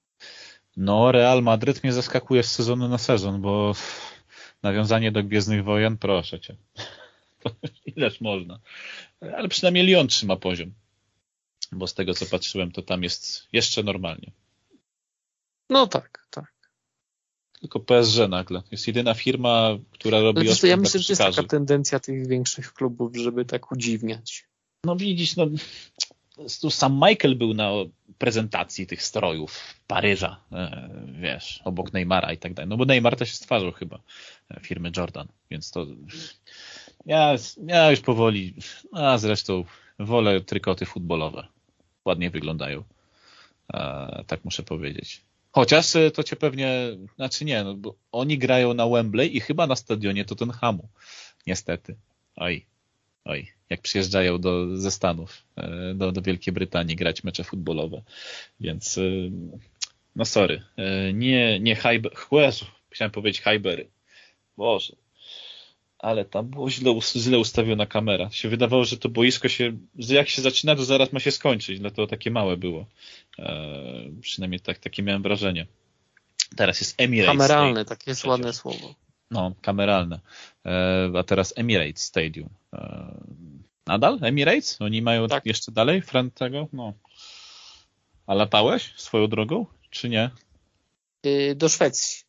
No, Real Madryt mnie zaskakuje z sezonu na sezon, bo nawiązanie do Gwiezdnych Wojen, proszę cię. To ileż można. Ale przynajmniej Lyon trzyma poziom. Bo z tego, co patrzyłem, to tam jest jeszcze normalnie. No tak. tylko PSG nagle. Jest jedyna firma, która robi ja osprzęt myślę, że to jest koszykarzy. taka tendencja tych większych klubów, żeby tak udziwniać. No widzisz, tu sam Michael był na prezentacji tych strojów Paryża, wiesz, obok Neymara i tak dalej. No bo Neymar też jest twarzą chyba firmy Jordan, więc to ja już powoli, a zresztą wolę trykoty futbolowe. Ładnie wyglądają. Tak muszę powiedzieć. Chociaż to cię pewnie, znaczy nie, no bo oni grają na Wembley i chyba na stadionie Tottenhamu. Niestety. Oj, jak przyjeżdżają ze Stanów do Wielkiej Brytanii grać mecze futbolowe. Więc no sorry. Nie Highbury. Jezu, chciałem powiedzieć Highbury. Boże. Ale tam było źle ustawiona kamera. Się wydawało, że to boisko że jak się zaczyna, to zaraz ma się skończyć. Dlatego takie małe było. Przynajmniej takie miałem wrażenie. Teraz jest Emirates. Kameralne, takie jest ładne słowo. No, kameralne. A teraz Emirates Stadium. Nadal Emirates? Oni mają tak jeszcze dalej tego? No. A latałeś swoją drogą, czy nie? Do Szwecji.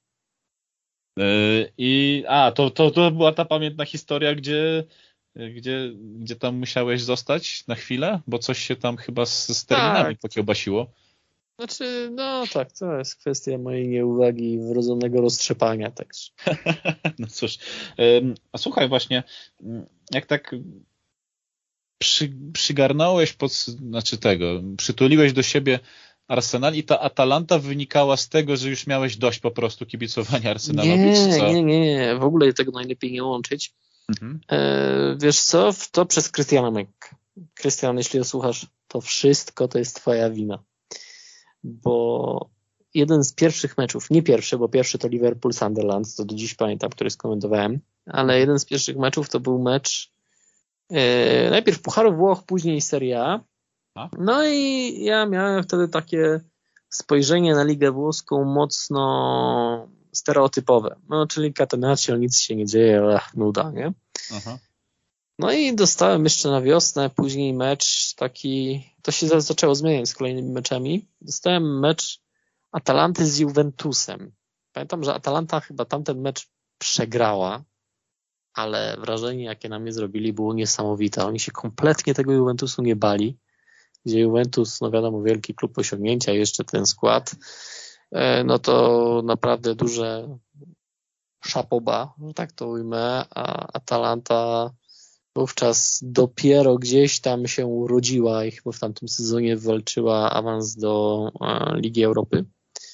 To była ta pamiętna historia, gdzie tam musiałeś zostać na chwilę, bo coś się tam chyba z terminami pokiełbasiło. Znaczy, no tak, to jest kwestia mojej nieuwagi i wrodzonego roztrzepania. Także. No cóż, a słuchaj właśnie, jak tak przygarnąłeś przytuliłeś do siebie Arsenal i ta Atalanta wynikała z tego, że już miałeś dość po prostu kibicowania Arsenalowi? Nie, w ogóle tego najlepiej nie łączyć. Mhm. Wiesz co, to przez Krystiana Mekka. Krystian, jeśli osłuchasz, to wszystko to jest twoja wina. Bo jeden z pierwszych meczów, nie pierwszy, bo pierwszy to Liverpool-Sunderland, to do dziś pamiętam, który skomentowałem, ale jeden z pierwszych meczów to był mecz najpierw Pucharu Włoch, później Serie A. No i ja miałem wtedy takie spojrzenie na Ligę Włoską mocno stereotypowe. No, czyli catenaccio, nic się nie dzieje, nuda, nie? Aha. No i dostałem jeszcze na wiosnę później mecz taki, to się zaczęło zmieniać z kolejnymi meczami. Dostałem mecz Atalanty z Juventusem. Pamiętam, że Atalanta chyba tamten mecz przegrała, ale wrażenie, jakie na mnie zrobili, było niesamowite. Oni się kompletnie tego Juventusu nie bali, gdzie Juventus, no wiadomo, wielki klub osiągnięcia, jeszcze ten skład, no to naprawdę duże szapoba, że tak to ujmę, a Atalanta wówczas dopiero gdzieś tam się urodziła i chyba w tamtym sezonie walczyła awans do Ligi Europy.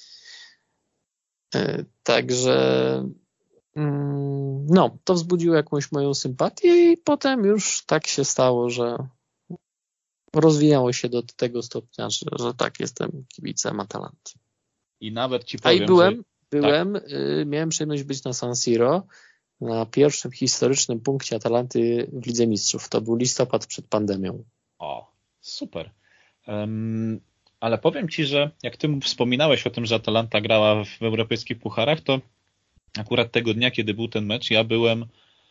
Także no, to wzbudziło jakąś moją sympatię i potem już tak się stało, że rozwijało się do tego stopnia, że tak, jestem kibicem Atalanty. I nawet ci powiem, miałem przyjemność być na San Siro, na pierwszym historycznym punkcie Atalanty w Lidze Mistrzów. To był listopad przed pandemią. O, super. Ale powiem ci, że jak ty wspominałeś o tym, że Atalanta grała w europejskich pucharach, to akurat tego dnia, kiedy był ten mecz, ja byłem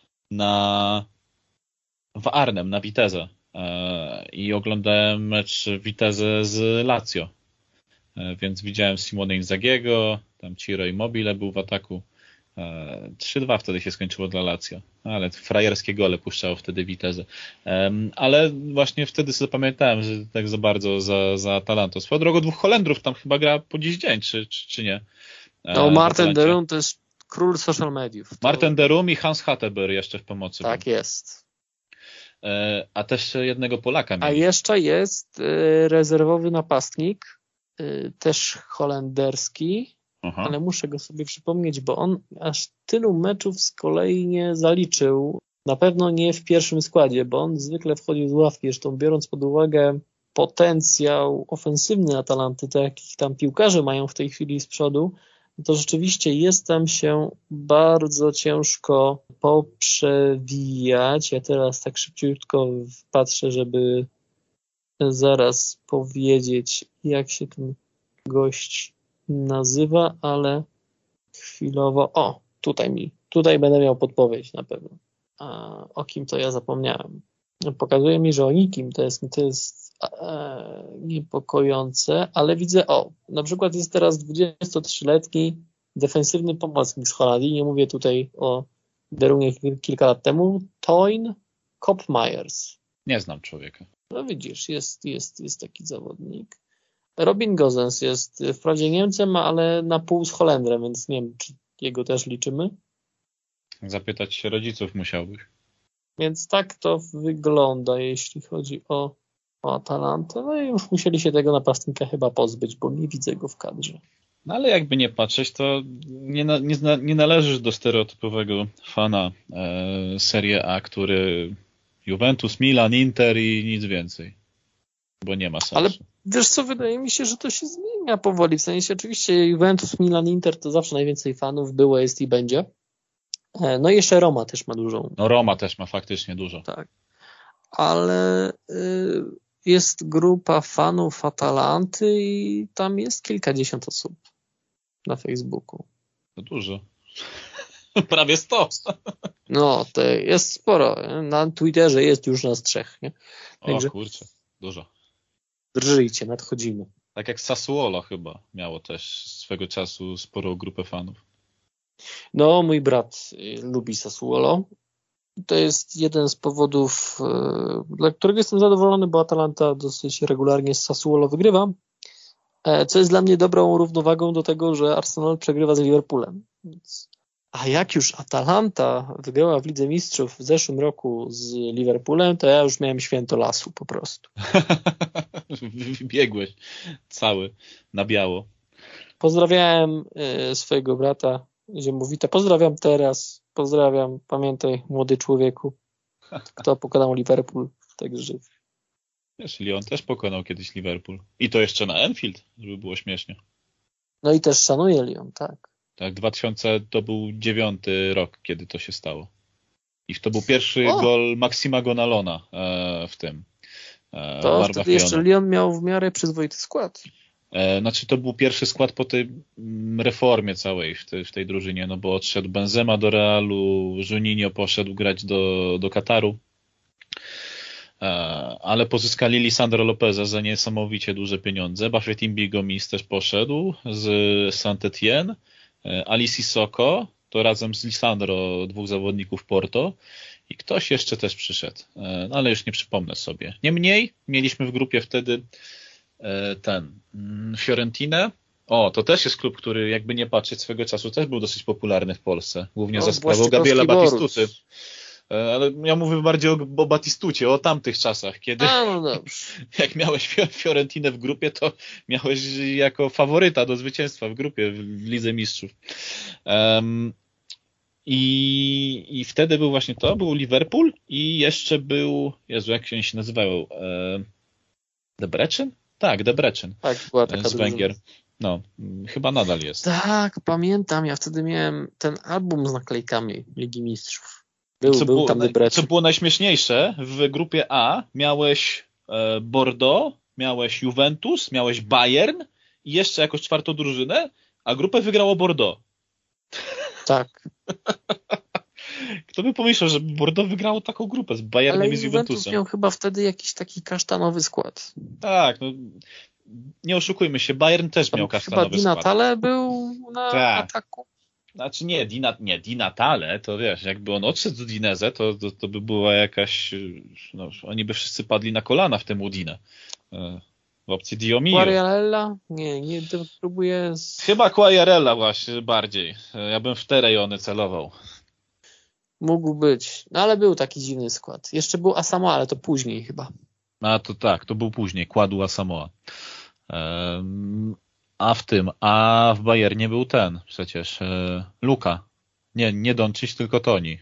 w Arnhem, na Vitesse i oglądałem mecz Vitesse z Lazio. Więc widziałem Simone Inzaghiego, tam Ciro Immobile był w ataku. 3-2 wtedy się skończyło dla Lazio, ale frajerskie gole puszczało wtedy Vitesse. Ale właśnie wtedy sobie zapamiętałem, że tak za bardzo za Atalantą. Swoją drogą 2 Holendrów tam chyba gra po dziś dzień, czy nie? No, Martin de Roon to jest król social mediów. Martin de Roon i Hans Hatteber jeszcze w pomocy. Tak był. Jest. A też jednego Polaka mieli. A jeszcze jest rezerwowy napastnik, też holenderski, ale muszę go sobie przypomnieć, bo on aż tylu meczów z kolei nie zaliczył. Na pewno nie w pierwszym składzie, bo on zwykle wchodził z ławki. Zresztą biorąc pod uwagę potencjał ofensywny Atalanty, tak jakich tam piłkarze mają w tej chwili z przodu, to rzeczywiście jest tam się bardzo ciężko poprzewijać. Ja teraz tak szybciutko patrzę, żeby zaraz powiedzieć, jak się ten gość nazywa, ale chwilowo... O, tutaj będę miał podpowiedź na pewno. A o kim to ja zapomniałem? Pokazuje mi, że o nikim to jest niepokojące, ale widzę, na przykład jest teraz 23-letni defensywny pomocnik z Holandii, nie mówię tutaj o Derunie kilka lat temu, Toyn Koopmeiners. Nie znam człowieka. No widzisz, jest taki zawodnik. Robin Gosens jest wprawdzie Niemcem, ale na pół z Holendrem, więc nie wiem, czy jego też liczymy. Zapytać się rodziców musiałbyś. Więc tak to wygląda, jeśli chodzi o Atalantę. No i już musieli się tego napastnika chyba pozbyć, bo nie widzę go w kadrze. No ale jakby nie patrzeć, to nie należysz do stereotypowego fana Serie A, który Juventus, Milan, Inter i nic więcej. Bo nie ma sensu. Ale wiesz co, wydaje mi się, że to się zmienia powoli. W sensie oczywiście Juventus, Milan, Inter to zawsze najwięcej fanów było, jest i będzie. No i jeszcze Roma też ma dużą. No Roma też ma faktycznie dużo. Tak. Ale jest grupa fanów Atalanty i tam jest kilkadziesiąt osób na Facebooku. To dużo. Prawie 100. No, to jest sporo. Na Twitterze jest już nas 3. Nie? Także O kurczę, dużo. drżyjcie, nadchodzimy. Tak jak Sassuolo chyba miało też swego czasu sporą grupę fanów. No, mój brat lubi Sassuolo. To jest jeden z powodów, dla którego jestem zadowolony, bo Atalanta dosyć regularnie z Sassuolo wygrywa, co jest dla mnie dobrą równowagą do tego, że Arsenal przegrywa z Liverpoolem. A jak już Atalanta wygrała w Lidze Mistrzów w zeszłym roku z Liverpoolem, to ja już miałem święto lasu po prostu. Biegłeś cały na biało. Pozdrawiałem swojego brata Ziemowita. Pozdrawiam teraz. Pozdrawiam. Pamiętaj, młody człowieku, kto pokonał Liverpool. Także Wiesz, Lyon też pokonał kiedyś Liverpool. I to jeszcze na Anfield, żeby było śmiesznie. no i też szanuję Lyon, tak. Tak, 2000 to był 9 rok, kiedy to się stało. I to był pierwszy gol Maxima Gonalona w tym. To wtedy jeszcze Lyon miał w miarę przyzwoity skład. Znaczy to był pierwszy skład po tej reformie całej w tej drużynie, no bo odszedł Benzema do Realu, Juninho poszedł grać do Kataru, ale pozyskali Lisandro Lopeza za niesamowicie duże pieniądze. Bafétimbi Gomis też poszedł z Saint-Étienne, Ali Sissoko to razem z Lisandro, 2 zawodników Porto i ktoś jeszcze też przyszedł, no ale już nie przypomnę sobie. Niemniej mieliśmy w grupie wtedy Fiorentinę. O, to też jest klub, który jakby nie patrzeć swego czasu też był dosyć popularny w Polsce. Głównie za sprawą Gabriela Batistuty. Ale ja mówię bardziej o Batistucie, o tamtych czasach, kiedy jak miałeś Fiorentinę w grupie, to miałeś jako faworyta do zwycięstwa w grupie w Lidze Mistrzów. I wtedy był właśnie był Liverpool i jeszcze był, Jezu, jak się nazywało? Debrecen? Tak, Debrecen. Tak, była taka z Węgier. No, chyba nadal jest. Tak, pamiętam. Ja wtedy miałem ten album z naklejkami Ligi Mistrzów. Był tam Debrecen. Co było najśmieszniejsze, w grupie A miałeś Bordeaux, miałeś Juventus, miałeś Bayern i jeszcze jakąś 4. drużynę, a grupę wygrało Bordeaux. Tak. Kto by pomyślał, że Bordeaux wygrało taką grupę z Bayernem i z Juventusem? Juventus miał chyba wtedy jakiś taki kasztanowy skład. Tak, no nie oszukujmy się, Bayern też miał kasztanowy skład. Chyba Di Natale był na ataku. Znaczy nie, Di Natale, to wiesz, jakby on odszedł z Udinese, to by była jakaś, no, oni by wszyscy padli na kolana w tym Udine. W opcji Dio Mio. Quagliarella? Nie, to próbuję... Chyba Quagliarella właśnie bardziej. Ja bym w te rejony celował. Mógł być, no ale był taki dziwny skład. Jeszcze był Asamoah, ale to później chyba. A to tak, to był później, kładł Asamoah. A w Bayernie był ten przecież, Luka. Nie Doncic, tylko Toni.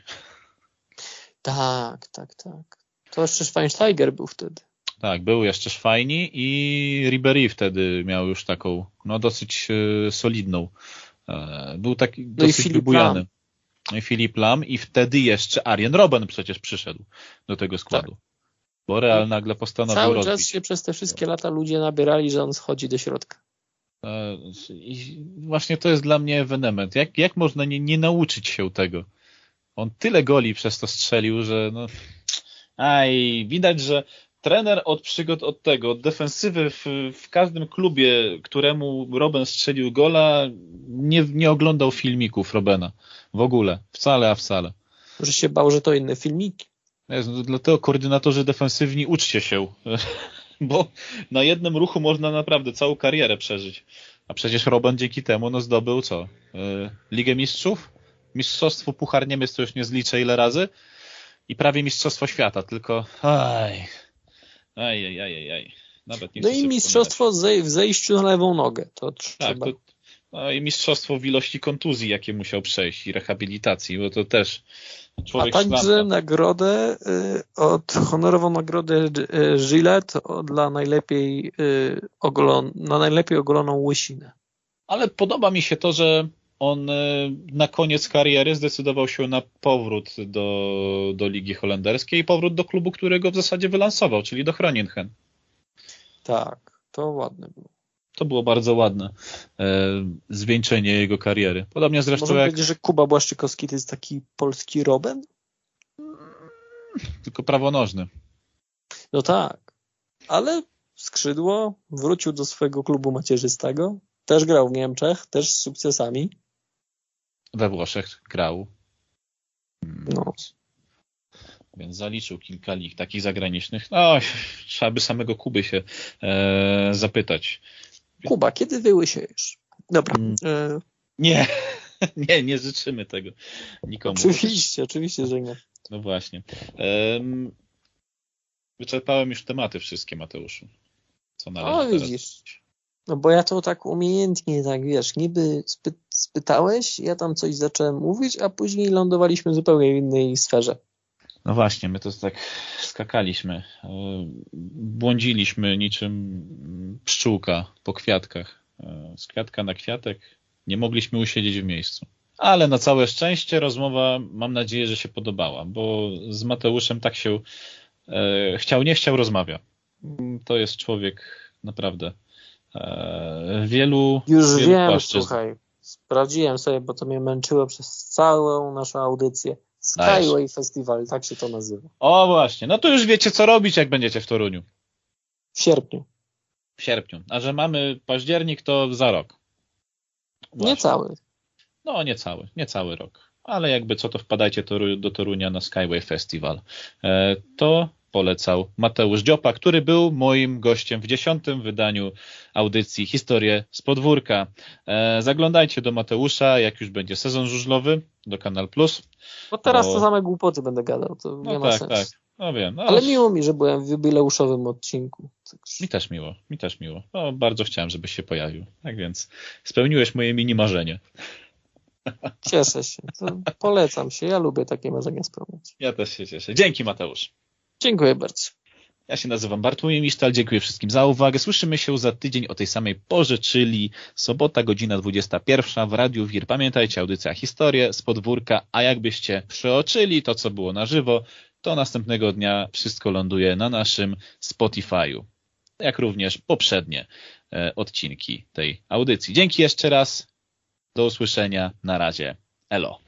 Tak. To jeszcze Schweinsteiger był wtedy. Tak, był jeszcze Schweini i Ribéry wtedy miał już taką, no dosyć solidną. Był taki dosyć wybujany. No i Filip Lam i wtedy jeszcze Arjen Robben przecież przyszedł do tego składu. Tak. Bo Real nagle postanowił cały czas się przez te wszystkie lata ludzie nabierali, że on schodzi do środka. I właśnie to jest dla mnie ewenement. Jak można nie nauczyć się tego? On tyle goli przez to strzelił, że no... widać, że trener od defensywy w każdym klubie, któremu Robben strzelił gola, nie oglądał filmików Robbena. W ogóle. Wcale. Że się bał, że to inne filmiki. Dlatego koordynatorzy defensywni, uczcie się. Bo na jednym ruchu można naprawdę całą karierę przeżyć. A przecież Robben dzięki temu zdobył co? Ligę Mistrzów? Mistrzostwo Puchar Niemiec to już nie zliczę ile razy. I prawie Mistrzostwo Świata, tylko aj. Nawet nie no i mistrzostwo w zejściu na lewą nogę. To trzeba. No i mistrzostwo w ilości kontuzji, jakie musiał przejść i rehabilitacji, bo to też człowiek. A także nagrodę, honorową nagrodę Gillette dla najlepiej na najlepiej ogoloną łysinę. Ale podoba mi się to, że on na koniec kariery zdecydował się na powrót do Ligi Holenderskiej i powrót do klubu, którego w zasadzie wylansował, czyli do Groningen. Tak, to ładne było. To było bardzo ładne zwieńczenie jego kariery. Podobnie zresztą Można powiedzieć, że Kuba Błaszczykowski to jest taki polski Robben? Tylko prawonożny. No tak, ale skrzydło, wrócił do swojego klubu macierzystego, też grał w Niemczech, też z sukcesami. We Włoszech grał. No. Więc zaliczył kilka lig takich zagranicznych. No, trzeba by samego Kuby się zapytać. Kuba, kiedy wyłysiejesz? Dobra. Nie życzymy tego nikomu. Oczywiście, że nie. No właśnie. Wyczerpałem już tematy wszystkie, Mateuszu. Co należy widzisz. No bo ja to tak umiejętnie, tak wiesz, niby spytałeś, ja tam coś zacząłem mówić, a później lądowaliśmy w zupełnie innej sferze. No właśnie, my to tak skakaliśmy. Błądziliśmy niczym pszczółka po kwiatkach. Z kwiatka na kwiatek nie mogliśmy usiedzieć w miejscu. Ale na całe szczęście rozmowa, mam nadzieję, że się podobała, bo z Mateuszem tak się nie chciał rozmawia. To jest człowiek naprawdę wielu wiem, płaszczyzn. Słuchaj, sprawdziłem sobie, bo to mnie męczyło przez całą naszą audycję. Skyway Festival, tak się to nazywa. O właśnie, no to już wiecie co robić, jak będziecie w Toruniu. W sierpniu. A że mamy październik, to za rok. Właśnie. Niecały. No niecały rok. Ale jakby co, to wpadajcie do Torunia na Skyway Festival. To polecał Mateusz Dziopa, który był moim gościem w 10. wydaniu audycji Historie z Podwórka. Zaglądajcie do Mateusza, jak już będzie sezon żużlowy, do Kanal Plus. Bo teraz to same głupoty będę gadał, to nie ma sensu. Tak. No wiem. Ale miło mi, że byłem w jubileuszowym odcinku. Mi też miło. No, bardzo chciałem, żebyś się pojawił. Tak więc spełniłeś moje mini marzenie. Cieszę się. To polecam się. Ja lubię takie marzenia spełniać. Ja też się cieszę. Dzięki, Mateusz. Dziękuję bardzo. Ja się nazywam Bartłomiej Misztal. Dziękuję wszystkim za uwagę. Słyszymy się za tydzień o tej samej porze, czyli sobota, godzina 21 w Radiu Wir. Pamiętajcie, audycja Historie z Podwórka, a jakbyście przeoczyli to, co było na żywo, to następnego dnia wszystko ląduje na naszym Spotify'u, jak również poprzednie odcinki tej audycji. Dzięki jeszcze raz. Do usłyszenia. Na razie. Elo.